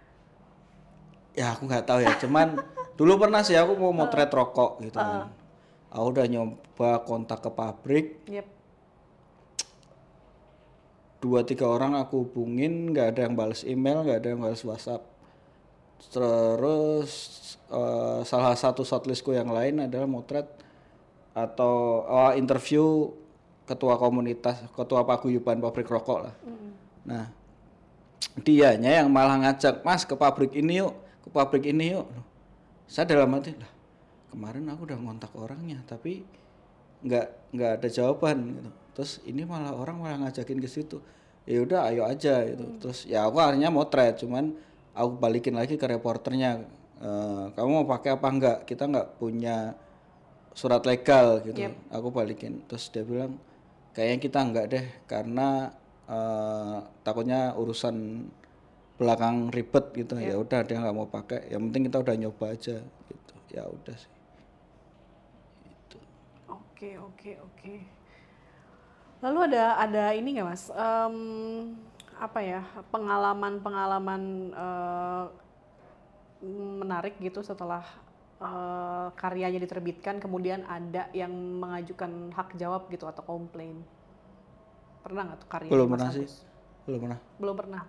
Ya aku nggak tahu ya, cuman dulu pernah sih aku mau motret rokok gitu kan. Aku udah nyoba kontak ke pabrik. Yep. 2-3 orang aku hubungin, nggak ada yang balas email, nggak ada yang balas WhatsApp. Terus salah satu shortlistku yang lain adalah motret atau interview ketua komunitas, ketua paguyuban pabrik rokok lah. Nah, dianya yang malah ngajak, Mas ke pabrik ini yuk, ke pabrik ini yuk. Saya dalam hati lah, kemarin aku udah ngontak orangnya, tapi nggak ada jawaban gitu. Terus ini malah orang malah ngajakin ke situ. Ya udah ayo aja gitu. Terus ya aku akhirnya motret, cuman aku balikin lagi ke reporternya. Kamu mau pakai apa enggak? Kita nggak punya surat legal gitu. Aku balikin. Terus dia bilang kayaknya kita enggak deh karena takutnya urusan belakang ribet gitu. Ya udah dia nggak mau pakai. Yang penting kita udah nyoba aja gitu. Ya udah sih. Oke. Lalu ada ini nggak Mas? Apa ya, pengalaman menarik gitu setelah karyanya diterbitkan, kemudian ada yang mengajukan hak jawab gitu atau komplain? Pernah nggak tuh karyanya? Belum pernah sih. Belum pernah.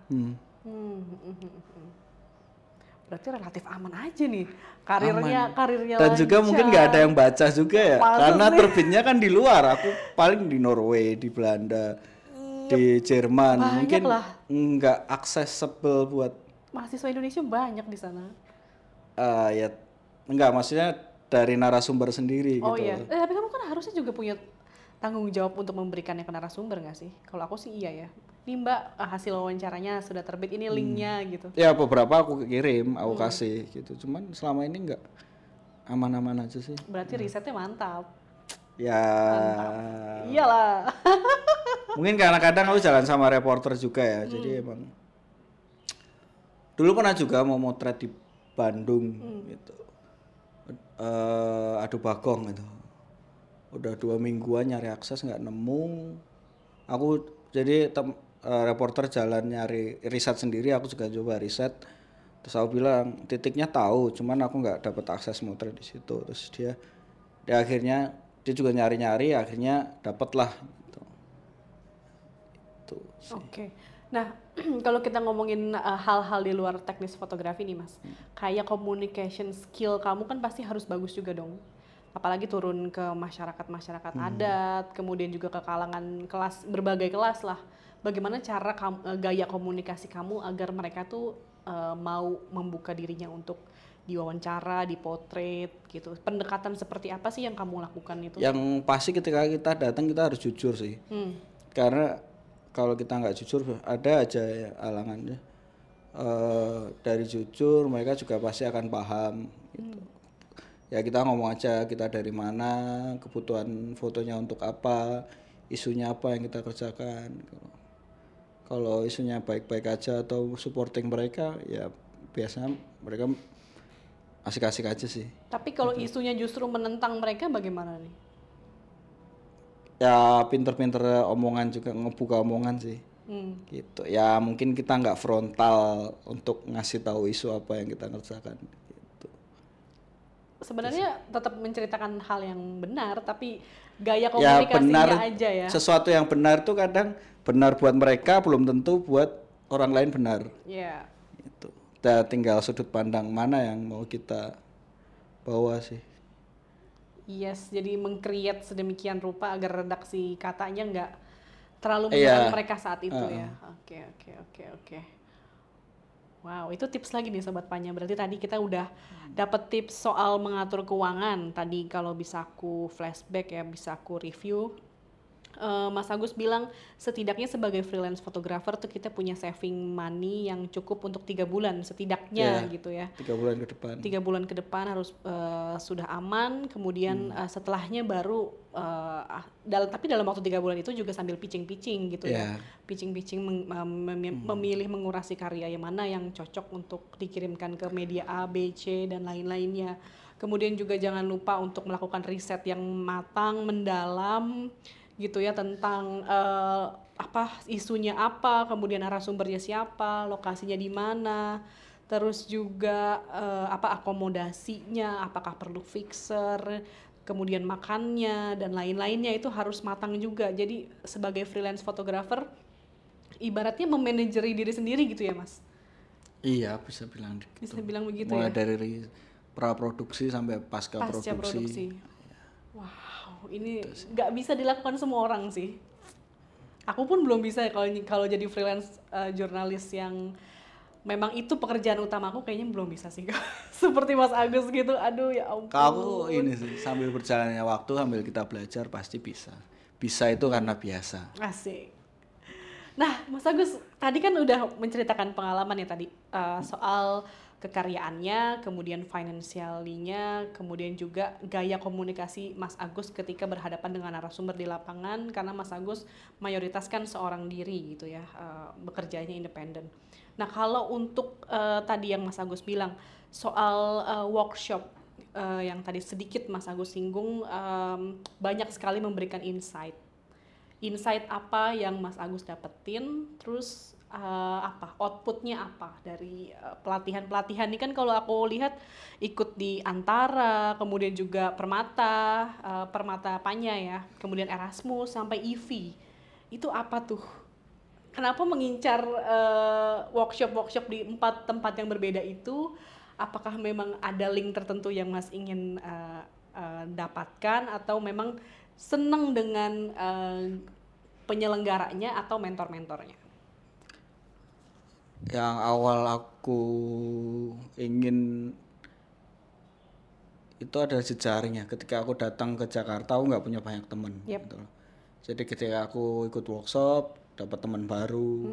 Berarti relatif aman aja nih karirnya dan juga lancar. mungkin nggak ada yang baca juga ya. Masa karena sih? terbitnya kan di luar. Aku paling di Norway, di Belanda, di Jerman. Banyak Mungkin lah. nggak accessible buat Mahasiswa Indonesia banyak di sana. ya enggak, maksudnya dari narasumber sendiri Oh gitu. iya, tapi kamu kan harusnya juga punya tanggung jawab untuk memberikannya ke narasumber nggak sih? Kalau aku sih iya ya. Nih Mbak, hasil wawancaranya sudah terbit, ini linknya gitu. Ya beberapa aku kirim, aku kasih gitu. Cuman selama ini nggak, aman-aman aja sih. Berarti risetnya mantap. Ya Iyalah. Mungkin karena kadang aku jalan sama reporter juga ya, jadi emang dulu pernah juga mau motret di Bandung gitu. Adu Bagong gitu. Udah 2 mingguan nyari akses nggak nemu. Aku jadi reporter jalan nyari riset sendiri, aku juga coba riset. Terus aku bilang titiknya tahu, cuman aku nggak dapat akses motret di situ. Terus dia akhirnya dia juga nyari-nyari, akhirnya dapatlah gitu. Itu sih. Oke. Nah, kalau kita ngomongin hal-hal di luar teknis fotografi nih Mas, kayak communication skill kamu kan pasti harus bagus juga dong. Apalagi turun ke masyarakat adat, kemudian juga ke kalangan kelas, berbagai kelas lah. Bagaimana cara gaya komunikasi kamu agar mereka tuh mau membuka dirinya untuk diwawancara, dipotret gitu. Pendekatan seperti apa sih yang kamu lakukan itu? Yang pasti ketika kita datang kita harus jujur sih. Karena kalau kita nggak jujur ada aja ya halangannya. Dari jujur mereka juga pasti akan paham gitu. Ya kita ngomong aja kita dari mana, kebutuhan fotonya untuk apa, isunya apa yang kita kerjakan. Kalau isunya baik-baik aja atau supporting mereka, ya biasanya mereka asik-asik aja sih. Tapi kalau isunya justru menentang mereka bagaimana nih? Ya pinter-pinter omongan juga, ngebuka omongan sih. Gitu. Ya mungkin kita nggak frontal untuk ngasih tahu isu apa yang kita kerjakan. Sebenarnya tetap menceritakan hal yang benar, tapi gaya Ya komunikasinya benar, aja ya. sesuatu yang benar tuh kadang benar buat mereka belum tentu buat orang lain benar. Iya. Itu. Dan tinggal sudut pandang mana yang mau kita bawa sih. Yes, jadi meng-create sedemikian rupa agar redaksi katanya nggak terlalu menyerang mereka saat itu ya. Oke. Wow, itu tips lagi nih Sobat Panya. Berarti tadi kita udah dapat tips soal mengatur keuangan. Tadi kalau bisa aku flashback ya, bisa aku review. Mas Agus bilang setidaknya sebagai freelance photographer tuh kita punya saving money yang cukup untuk 3 bulan setidaknya gitu ya. 3 bulan ke depan. 3 bulan ke depan harus sudah aman. Kemudian setelahnya baru tapi dalam waktu 3 bulan itu juga sambil pitching gitu ya. Pitching memilih mengurasi karya yang mana yang cocok untuk dikirimkan ke media A, B, C dan lain-lainnya. Kemudian juga jangan lupa untuk melakukan riset yang matang, mendalam gitu ya tentang isunya apa, kemudian narasumbernya siapa, lokasinya di mana, terus juga akomodasinya, apakah perlu fixer, kemudian makannya dan lain-lainnya itu harus matang juga. Jadi sebagai freelance photographer ibaratnya memanajeri diri sendiri gitu ya Mas? Iya bisa bilang gitu. Bisa bilang begitu. Mulai ya? dari praproduksi sampai pasca produksi. Wow, ini nggak bisa dilakukan semua orang sih. Aku pun belum bisa kalau jadi freelance jurnalis yang memang itu pekerjaan utamaku, kayaknya belum bisa sih. Seperti Mas Agus gitu, aduh ya ampun. Kalau ini sih sambil berjalannya waktu, sambil kita belajar pasti bisa. Bisa itu karena biasa. Asik. Nah, Mas Agus tadi kan udah menceritakan pengalaman ya tadi soal kekaryaannya, kemudian finansialnya, kemudian juga gaya komunikasi Mas Agus ketika berhadapan dengan narasumber di lapangan, karena Mas Agus mayoritas kan seorang diri gitu ya, bekerjanya independen. Nah kalau untuk tadi yang Mas Agus bilang soal workshop yang tadi sedikit Mas Agus singgung, banyak sekali memberikan insight apa yang Mas Agus dapetin, terus outputnya apa dari pelatihan ini kan kalau aku lihat ikut di Antara, kemudian juga Permata Panya ya, kemudian Erasmus sampai IVI. Itu apa tuh? Kenapa mengincar workshop di 4 tempat yang berbeda itu? Apakah memang ada link tertentu yang Mas ingin dapatkan, atau memang senang dengan penyelenggaranya atau mentor-mentornya? Yang awal aku ingin itu ada jejaringnya. Ketika aku datang ke Jakarta, aku nggak punya banyak teman. Gitu. Jadi ketika aku ikut workshop, dapat teman baru,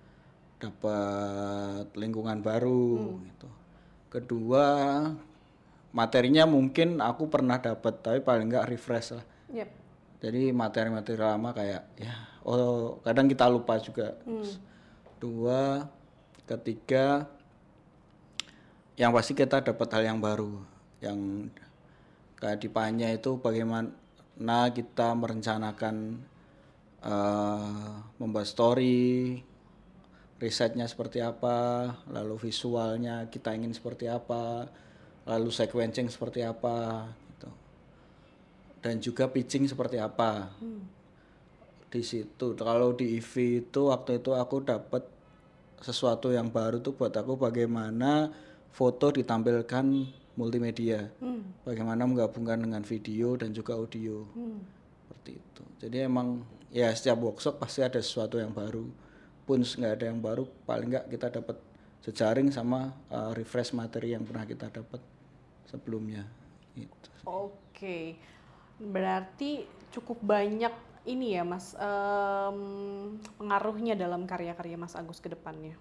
dapat lingkungan baru. Gitu. Kedua, materinya mungkin aku pernah dapat, tapi paling nggak refresh lah. Jadi materi-materi lama kayak ya kadang kita lupa juga. Dua, ketiga, yang pasti kita dapat hal yang baru. Yang kayak di Panya itu bagaimana kita merencanakan membuat story, risetnya seperti apa, lalu visualnya kita ingin seperti apa, lalu sequencing seperti apa gitu. Dan juga pitching seperti apa. Di situ kalau di EV itu waktu itu aku dapat sesuatu yang baru tuh buat aku, bagaimana foto ditampilkan multimedia. Bagaimana menggabungkan dengan video dan juga audio. Seperti itu. Jadi emang ya setiap workshop pasti ada sesuatu yang baru. Pun nggak ada yang baru, paling nggak kita dapat jejaring sama refresh materi yang pernah kita dapat sebelumnya. Gitu. Oke, berarti cukup banyak ini ya Mas, pengaruhnya dalam karya-karya Mas Agus ke depannya.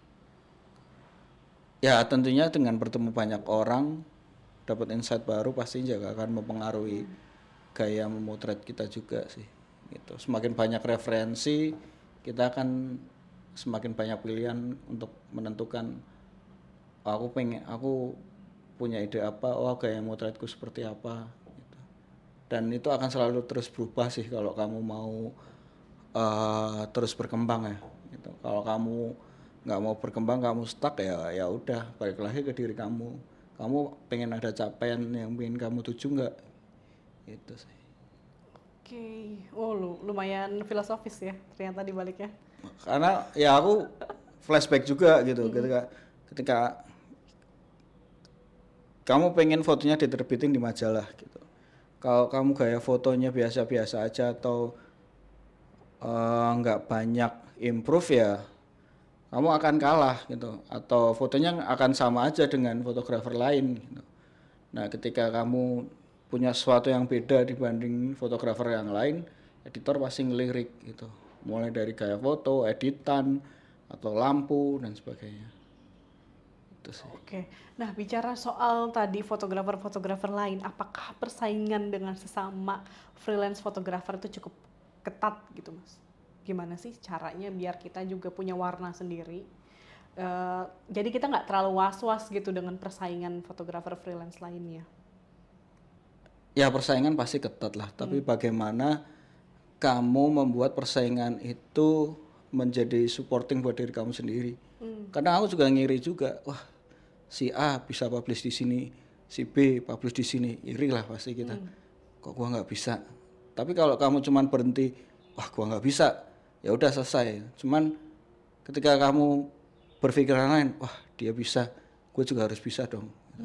Ya tentunya dengan bertemu banyak orang, dapat insight baru pasti juga akan mempengaruhi gaya memotret kita juga sih. Gitu. Semakin banyak referensi, kita akan semakin banyak pilihan untuk menentukan aku punya ide apa, gaya motretku seperti apa gitu. Dan itu akan selalu terus berubah sih kalau kamu mau terus berkembang ya gitu. Kalau kamu nggak mau berkembang, kamu stuck ya udah, balik lagi ke diri kamu pengen ada capaian yang ingin kamu tuju nggak, itu sih. Oke, lumayan filosofis ya ternyata di baliknya. Karena ya aku flashback juga gitu, ketika kamu pengen fotonya diterbitin di majalah gitu. Kalau kamu gaya fotonya biasa-biasa aja atau nggak banyak improve ya, kamu akan kalah gitu. Atau fotonya akan sama aja dengan fotografer lain gitu. Nah ketika kamu punya sesuatu yang beda dibanding fotografer yang lain, editor pasti ngelirik gitu. Mulai dari gaya foto, editan, atau lampu dan sebagainya. Itu sih. Oke, nah bicara soal tadi fotografer lain, apakah persaingan dengan sesama freelance fotografer itu cukup ketat gitu Mas? Gimana sih caranya biar kita juga punya warna sendiri? Jadi kita nggak terlalu was-was gitu dengan persaingan fotografer freelance lainnya. Ya persaingan pasti ketat lah, tapi bagaimana kamu membuat persaingan itu menjadi supporting buat diri kamu sendiri. Kadang aku juga ngiri juga, wah si A bisa publish di sini, si B publish di sini, iri lah pasti kita. Kok gua nggak bisa? Tapi kalau kamu cuman berhenti, wah gua nggak bisa, ya udah selesai. Cuman ketika kamu berpikiran lain, wah dia bisa, gue juga harus bisa dong.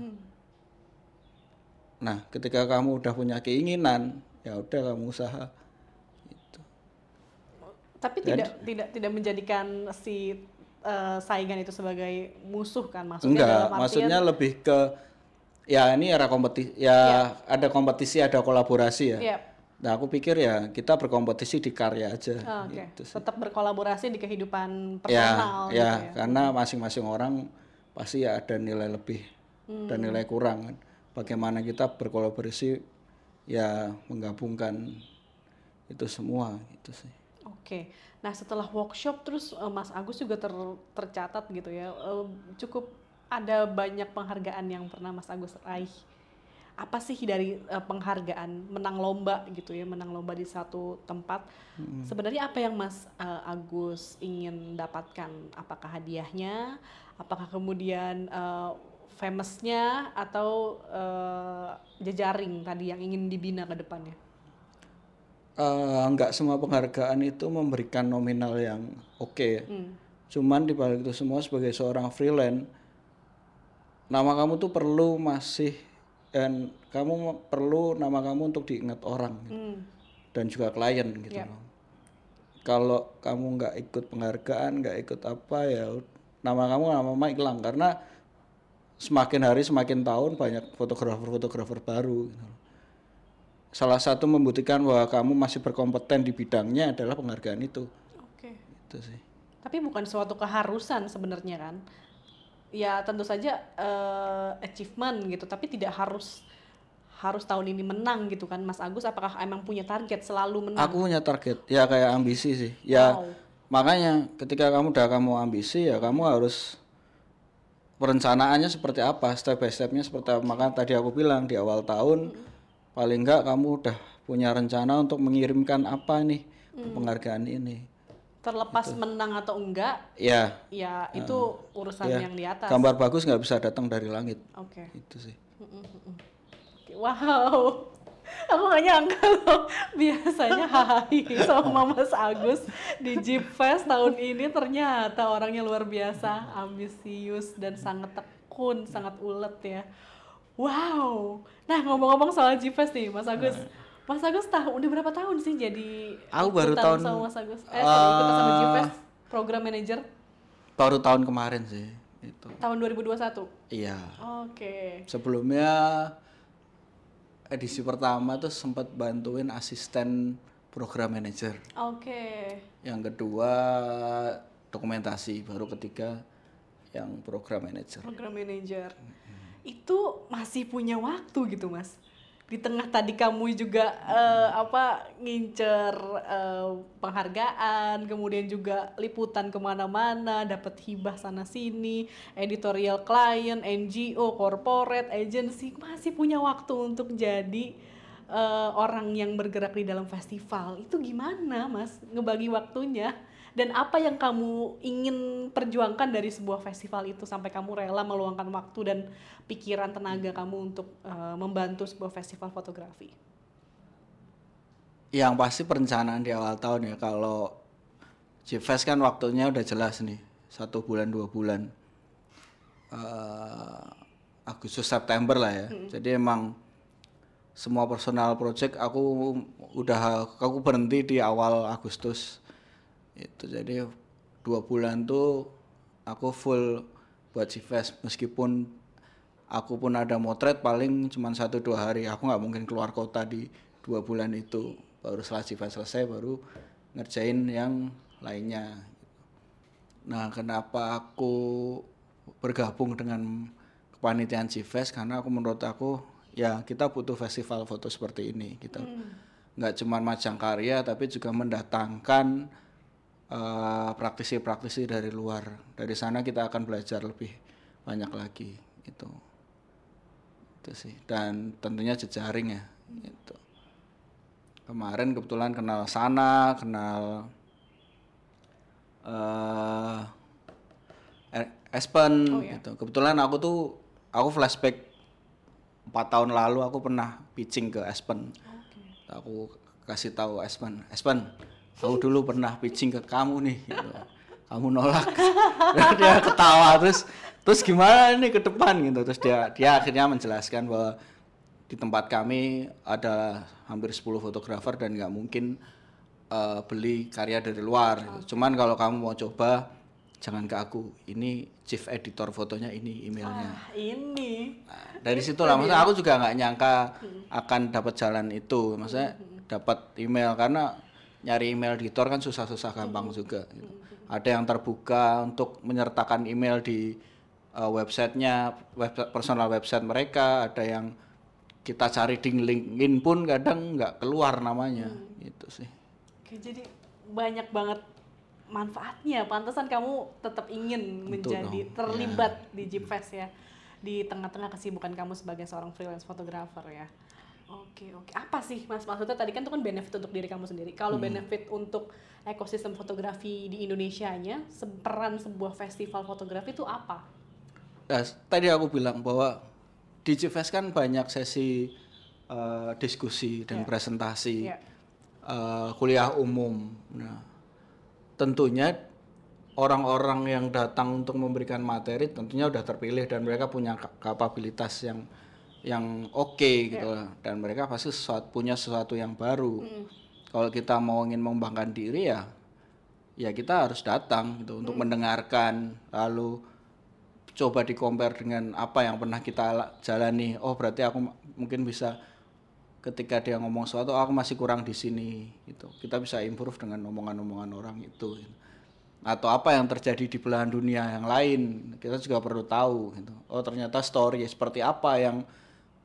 Nah, ketika kamu udah punya keinginan, ya udah kamu usaha. Gitu. Tapi tidak menjadikan si saingan itu sebagai musuh kan maksudnya? Enggak, dalam artian, maksudnya lebih ke ya ini era kompetisi, ada kompetisi, ada kolaborasi ya. Yep. Nah, aku pikir ya kita berkompetisi di karya aja. Oke. Gitu sih. Tetap berkolaborasi di kehidupan personal. Gitu ya. Karena masing-masing orang pasti ya ada nilai lebih dan nilai kurang kan. Bagaimana kita berkolaborasi ya menggabungkan itu semua gitu sih. Oke. Nah, setelah workshop terus Mas Agus juga tercatat gitu ya. Cukup ada banyak penghargaan yang pernah Mas Agus raih. Apa sih dari penghargaan, menang lomba gitu ya, menang lomba di satu tempat. Sebenarnya apa yang Mas Agus ingin dapatkan? Apakah hadiahnya? Apakah kemudian famousnya atau jejaring tadi yang ingin dibina ke depannya? Enggak semua penghargaan itu memberikan nominal yang oke ya. Cuman di balik itu semua sebagai seorang freelance, nama kamu tuh perlu dan kamu perlu nama kamu untuk diingat orang gitu. Dan juga klien gitu. Kalau kamu nggak ikut penghargaan, nggak ikut apa ya, nama kamu hilang karena semakin hari semakin tahun banyak fotografer baru. Gitu. Salah satu membuktikan bahwa kamu masih berkompeten di bidangnya adalah penghargaan itu. Oke. Itu sih. Tapi bukan suatu keharusan sebenarnya kan? Ya tentu saja achievement gitu, tapi tidak harus tahun ini menang gitu kan Mas Agus, apakah emang punya target selalu menang? Aku punya target, ya kayak ambisi sih. Ya Wow. makanya ketika kamu ambisi ya kamu harus perencanaannya seperti apa, step by stepnya seperti apa. Maka tadi aku bilang di awal tahun paling enggak kamu udah punya rencana untuk mengirimkan apa nih penghargaan ini. Terlepas menang atau enggak, Ya, ya itu urusan ya. yang di atas. Gambar bagus nggak bisa datang dari langit. Oke. Itu sih. Wow. Aku gak nyangka loh, biasanya hahaha sama Mas Agus di Jeep Fest tahun ini ternyata orangnya luar biasa, ambisius dan sangat tekun, sangat ulet ya. Wow. Nah ngomong-ngomong soal Jeep Fest nih Mas Agus, Mas Agus udah berapa tahun sih jadi Aku baru ikutan tahun sama Mas Agus? Ikutan sama Jeep Fest, program manager baru tahun kemarin sih itu. tahun 2021? Iya. Oke. Sebelumnya edisi pertama tuh sempat bantuin asisten program manager. Oke. Yang kedua dokumentasi, baru ketiga yang program manager. Program manager. Itu masih punya waktu gitu Mas. Di tengah tadi kamu juga ngincer penghargaan, kemudian juga liputan kemana-mana, dapat hibah sana sini, editorial klien, NGO, corporate, agency, masih punya waktu untuk jadi orang yang bergerak di dalam festival. Itu gimana Mas ngebagi waktunya? Dan apa yang kamu ingin perjuangkan dari sebuah festival itu sampai kamu rela meluangkan waktu dan pikiran tenaga kamu untuk membantu sebuah festival fotografi? Yang pasti perencanaan di awal tahun ya. Kalau G-Fest kan waktunya udah jelas nih, 1 bulan 2 bulan, Agustus September lah ya. Jadi emang semua personal project aku berhenti di awal Agustus. Itu jadi 2 bulan tuh aku full buat G-Fest, meskipun aku pun ada motret paling cuma 1-2 hari. Aku nggak mungkin keluar kota di 2 bulan itu. Baru setelah G-Fest selesai baru ngerjain yang lainnya. Nah, kenapa aku bergabung dengan kepanitiaan G-Fest? Karena menurut aku ya kita butuh festival foto seperti ini. Kita nggak cuma majang karya tapi juga mendatangkan praktisi-praktisi dari luar. Dari sana kita akan belajar lebih banyak lagi itu sih. Dan tentunya jejaring ya gitu. Kemarin kebetulan kenal Sana, kenal Espen gitu. Kebetulan aku flashback 4 tahun lalu aku pernah pitching ke Espen. Aku kasih tahu Espen, aku dulu pernah pitching ke kamu nih gitu. Kamu nolak. Dia ketawa terus gimana nih ke depan gitu. Terus dia akhirnya menjelaskan bahwa di tempat kami ada hampir 10 fotografer dan nggak mungkin beli karya dari luar gitu. Cuman kalau kamu mau coba jangan ke aku, ini chief editor fotonya, ini emailnya. Ini. Nah, dari situ lah, maksudnya aku juga nggak nyangka akan dapat jalan itu, maksudnya dapat email, karena nyari email editor kan susah-susah gampang juga. Gitu. Ada yang terbuka untuk menyertakan email di websitenya, personal website mereka, ada yang kita cari di LinkedIn pun kadang nggak keluar namanya, gitu sih. Oke, jadi banyak banget manfaatnya. Pantesan kamu tetap ingin menjadi terlibat di Jeep Fest ya, di tengah-tengah kesibukan kamu sebagai seorang freelance photographer ya. Oke. Apa sih Mas maksudnya tadi kan itu kan benefit untuk diri kamu sendiri. Kalau benefit untuk ekosistem fotografi di Indonesianya, peran sebuah festival fotografi itu apa? Nah, tadi aku bilang bahwa di Jeep Fest kan banyak sesi diskusi dan presentasi, kuliah umum. Nah, tentunya orang-orang yang datang untuk memberikan materi tentunya udah terpilih dan mereka punya kapabilitas yang oke gitu lah. Dan mereka pasti punya sesuatu yang baru. Kalau kita mau ingin mengembangkan diri ya kita harus datang gitu untuk mendengarkan, lalu coba di-compare dengan apa yang pernah kita jalani. Oh, berarti aku mungkin bisa, ketika dia ngomong sesuatu aku masih kurang di sini gitu. Kita bisa improve dengan omongan-omongan orang itu gitu. Atau apa yang terjadi di belahan dunia yang lain, kita juga perlu tahu gitu. Oh, ternyata story seperti apa yang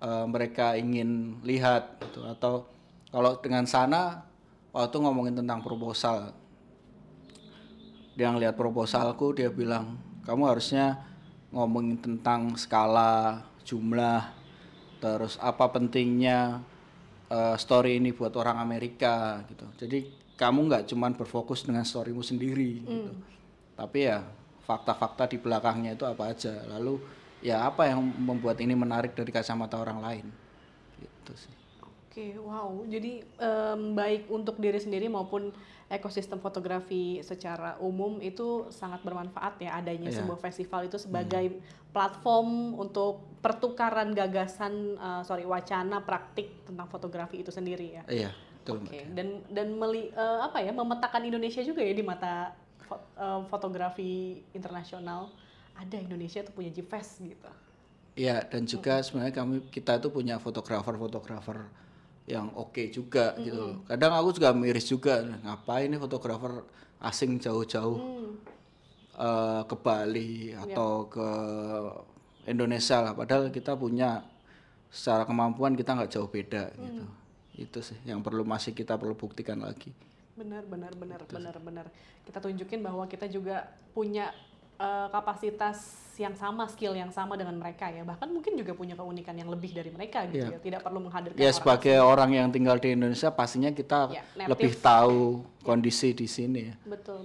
mereka ingin lihat gitu. Atau kalau dengan sana waktu ngomongin tentang proposal, dia ngeliat proposalku, dia bilang kamu harusnya ngomongin tentang skala, jumlah, terus apa pentingnya story ini buat orang Amerika gitu. Jadi kamu nggak cuman berfokus dengan storymu sendiri gitu, tapi ya fakta-fakta di belakangnya itu apa aja, lalu ya apa yang membuat ini menarik dari kacamata orang lain gitu sih. Oke, wow. Jadi baik untuk diri sendiri maupun ekosistem fotografi secara umum itu sangat bermanfaat ya adanya sebuah festival itu sebagai platform untuk pertukaran gagasan, wacana praktik tentang fotografi itu sendiri ya. Iya, betul. Oke, dan memetakan Indonesia juga ya di mata fotografi internasional. Ada Indonesia tuh punya G-Fest gitu. Iya, dan juga sebenarnya kita itu punya fotografer yang oke juga gitu. Kadang aku juga miris juga, ngapain nih fotografer asing jauh-jauh ke Bali atau ke Indonesia lah, padahal kita punya secara kemampuan kita nggak jauh beda gitu. Itu sih yang kita perlu buktikan lagi. Benar. Kita tunjukin bahwa kita juga punya kapasitas yang sama, skill yang sama dengan mereka ya. Bahkan mungkin juga punya keunikan yang lebih dari mereka gitu ya. Tidak perlu menghadirkan ya, sebagai orang yang tinggal di Indonesia pastinya kita lebih tahu kondisi di sini ya. Betul.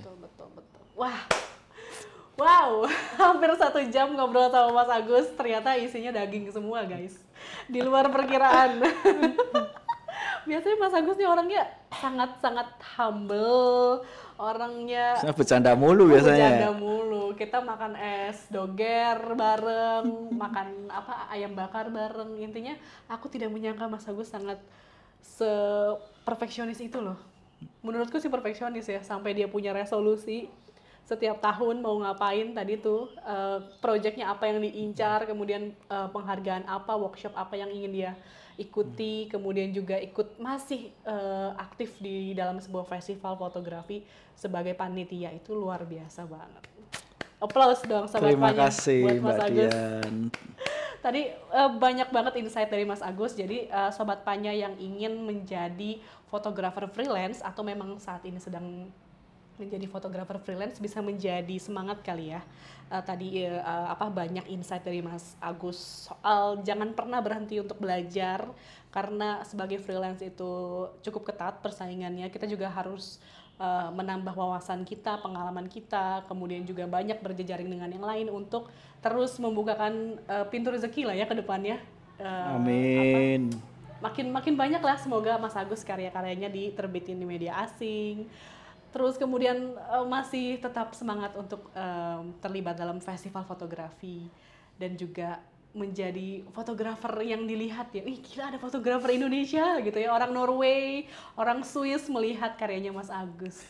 Wow, hampir 1 jam ngobrol sama Mas Agus, ternyata isinya daging semua guys. Di luar perkiraan. Biasanya Mas Agus nih orangnya sangat-sangat humble, orangnya bercanda mulu biasanya. Kita makan es doger bareng, makan ayam bakar bareng. Intinya aku tidak menyangka Mas Agus sangat se-perfeksionis itu loh. Menurutku sih perfeksionis ya, sampai dia punya resolusi setiap tahun mau ngapain tadi tuh, projectnya apa yang diincar, kemudian penghargaan apa, workshop apa yang ingin dia ikuti, kemudian juga masih aktif di dalam sebuah festival fotografi sebagai panitia. Itu luar biasa banget. Applause dong Sobat Terima Panya kasih buat Mas Mbak Agus. Dian. Tadi banyak banget insight dari Mas Agus. Jadi Sobat Panya yang ingin menjadi fotografer freelance atau memang saat ini sedang menjadi fotografer freelance bisa menjadi semangat kali ya. Banyak insight dari Mas Agus soal jangan pernah berhenti untuk belajar, karena sebagai freelance itu cukup ketat persaingannya. Kita juga harus menambah wawasan kita, pengalaman kita, kemudian juga banyak berjejaring dengan yang lain untuk terus membukakan pintu rezeki lah ya ke depannya. Amin. Makin banyak lah semoga Mas Agus karya-karyanya diterbitin di media asing. Terus kemudian masih tetap semangat untuk terlibat dalam festival fotografi dan juga menjadi fotografer yang dilihat ya. Gila ada fotografer Indonesia gitu ya. Orang Norway, orang Swiss melihat karyanya Mas Agus.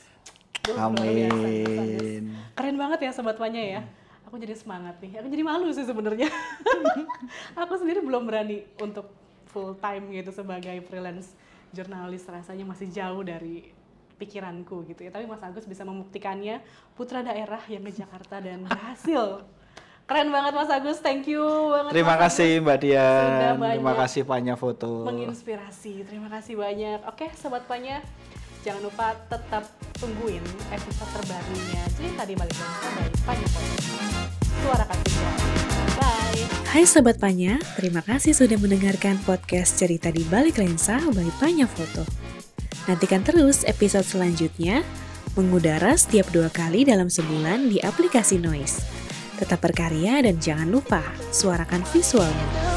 Amin. Keren banget ya Sobat Panya ya. Aku jadi semangat nih. Aku jadi malu sih sebenarnya. Aku sendiri belum berani untuk full time gitu sebagai freelance jurnalis, rasanya masih jauh dari pikiranku gitu ya. Tapi Mas Agus bisa membuktikannya, putra daerah yang ke Jakarta dan berhasil. Keren banget Mas Agus, thank you banget. Terima kasih Mbak Dian, terima kasih Panya Foto. Menginspirasi, terima kasih banyak. Oke Sobat Panya, jangan lupa tetap tungguin episode terbarunya Cerita di Balik Lensa dari Panya Foto. Suarakan visual. Bye. Hai Sobat Panya, terima kasih sudah mendengarkan podcast Cerita di Balik Lensa by Panya Foto. Nantikan terus episode selanjutnya, mengudara setiap 2 kali dalam sebulan di aplikasi Noise. Tetap berkarya dan jangan lupa suarakan visualmu.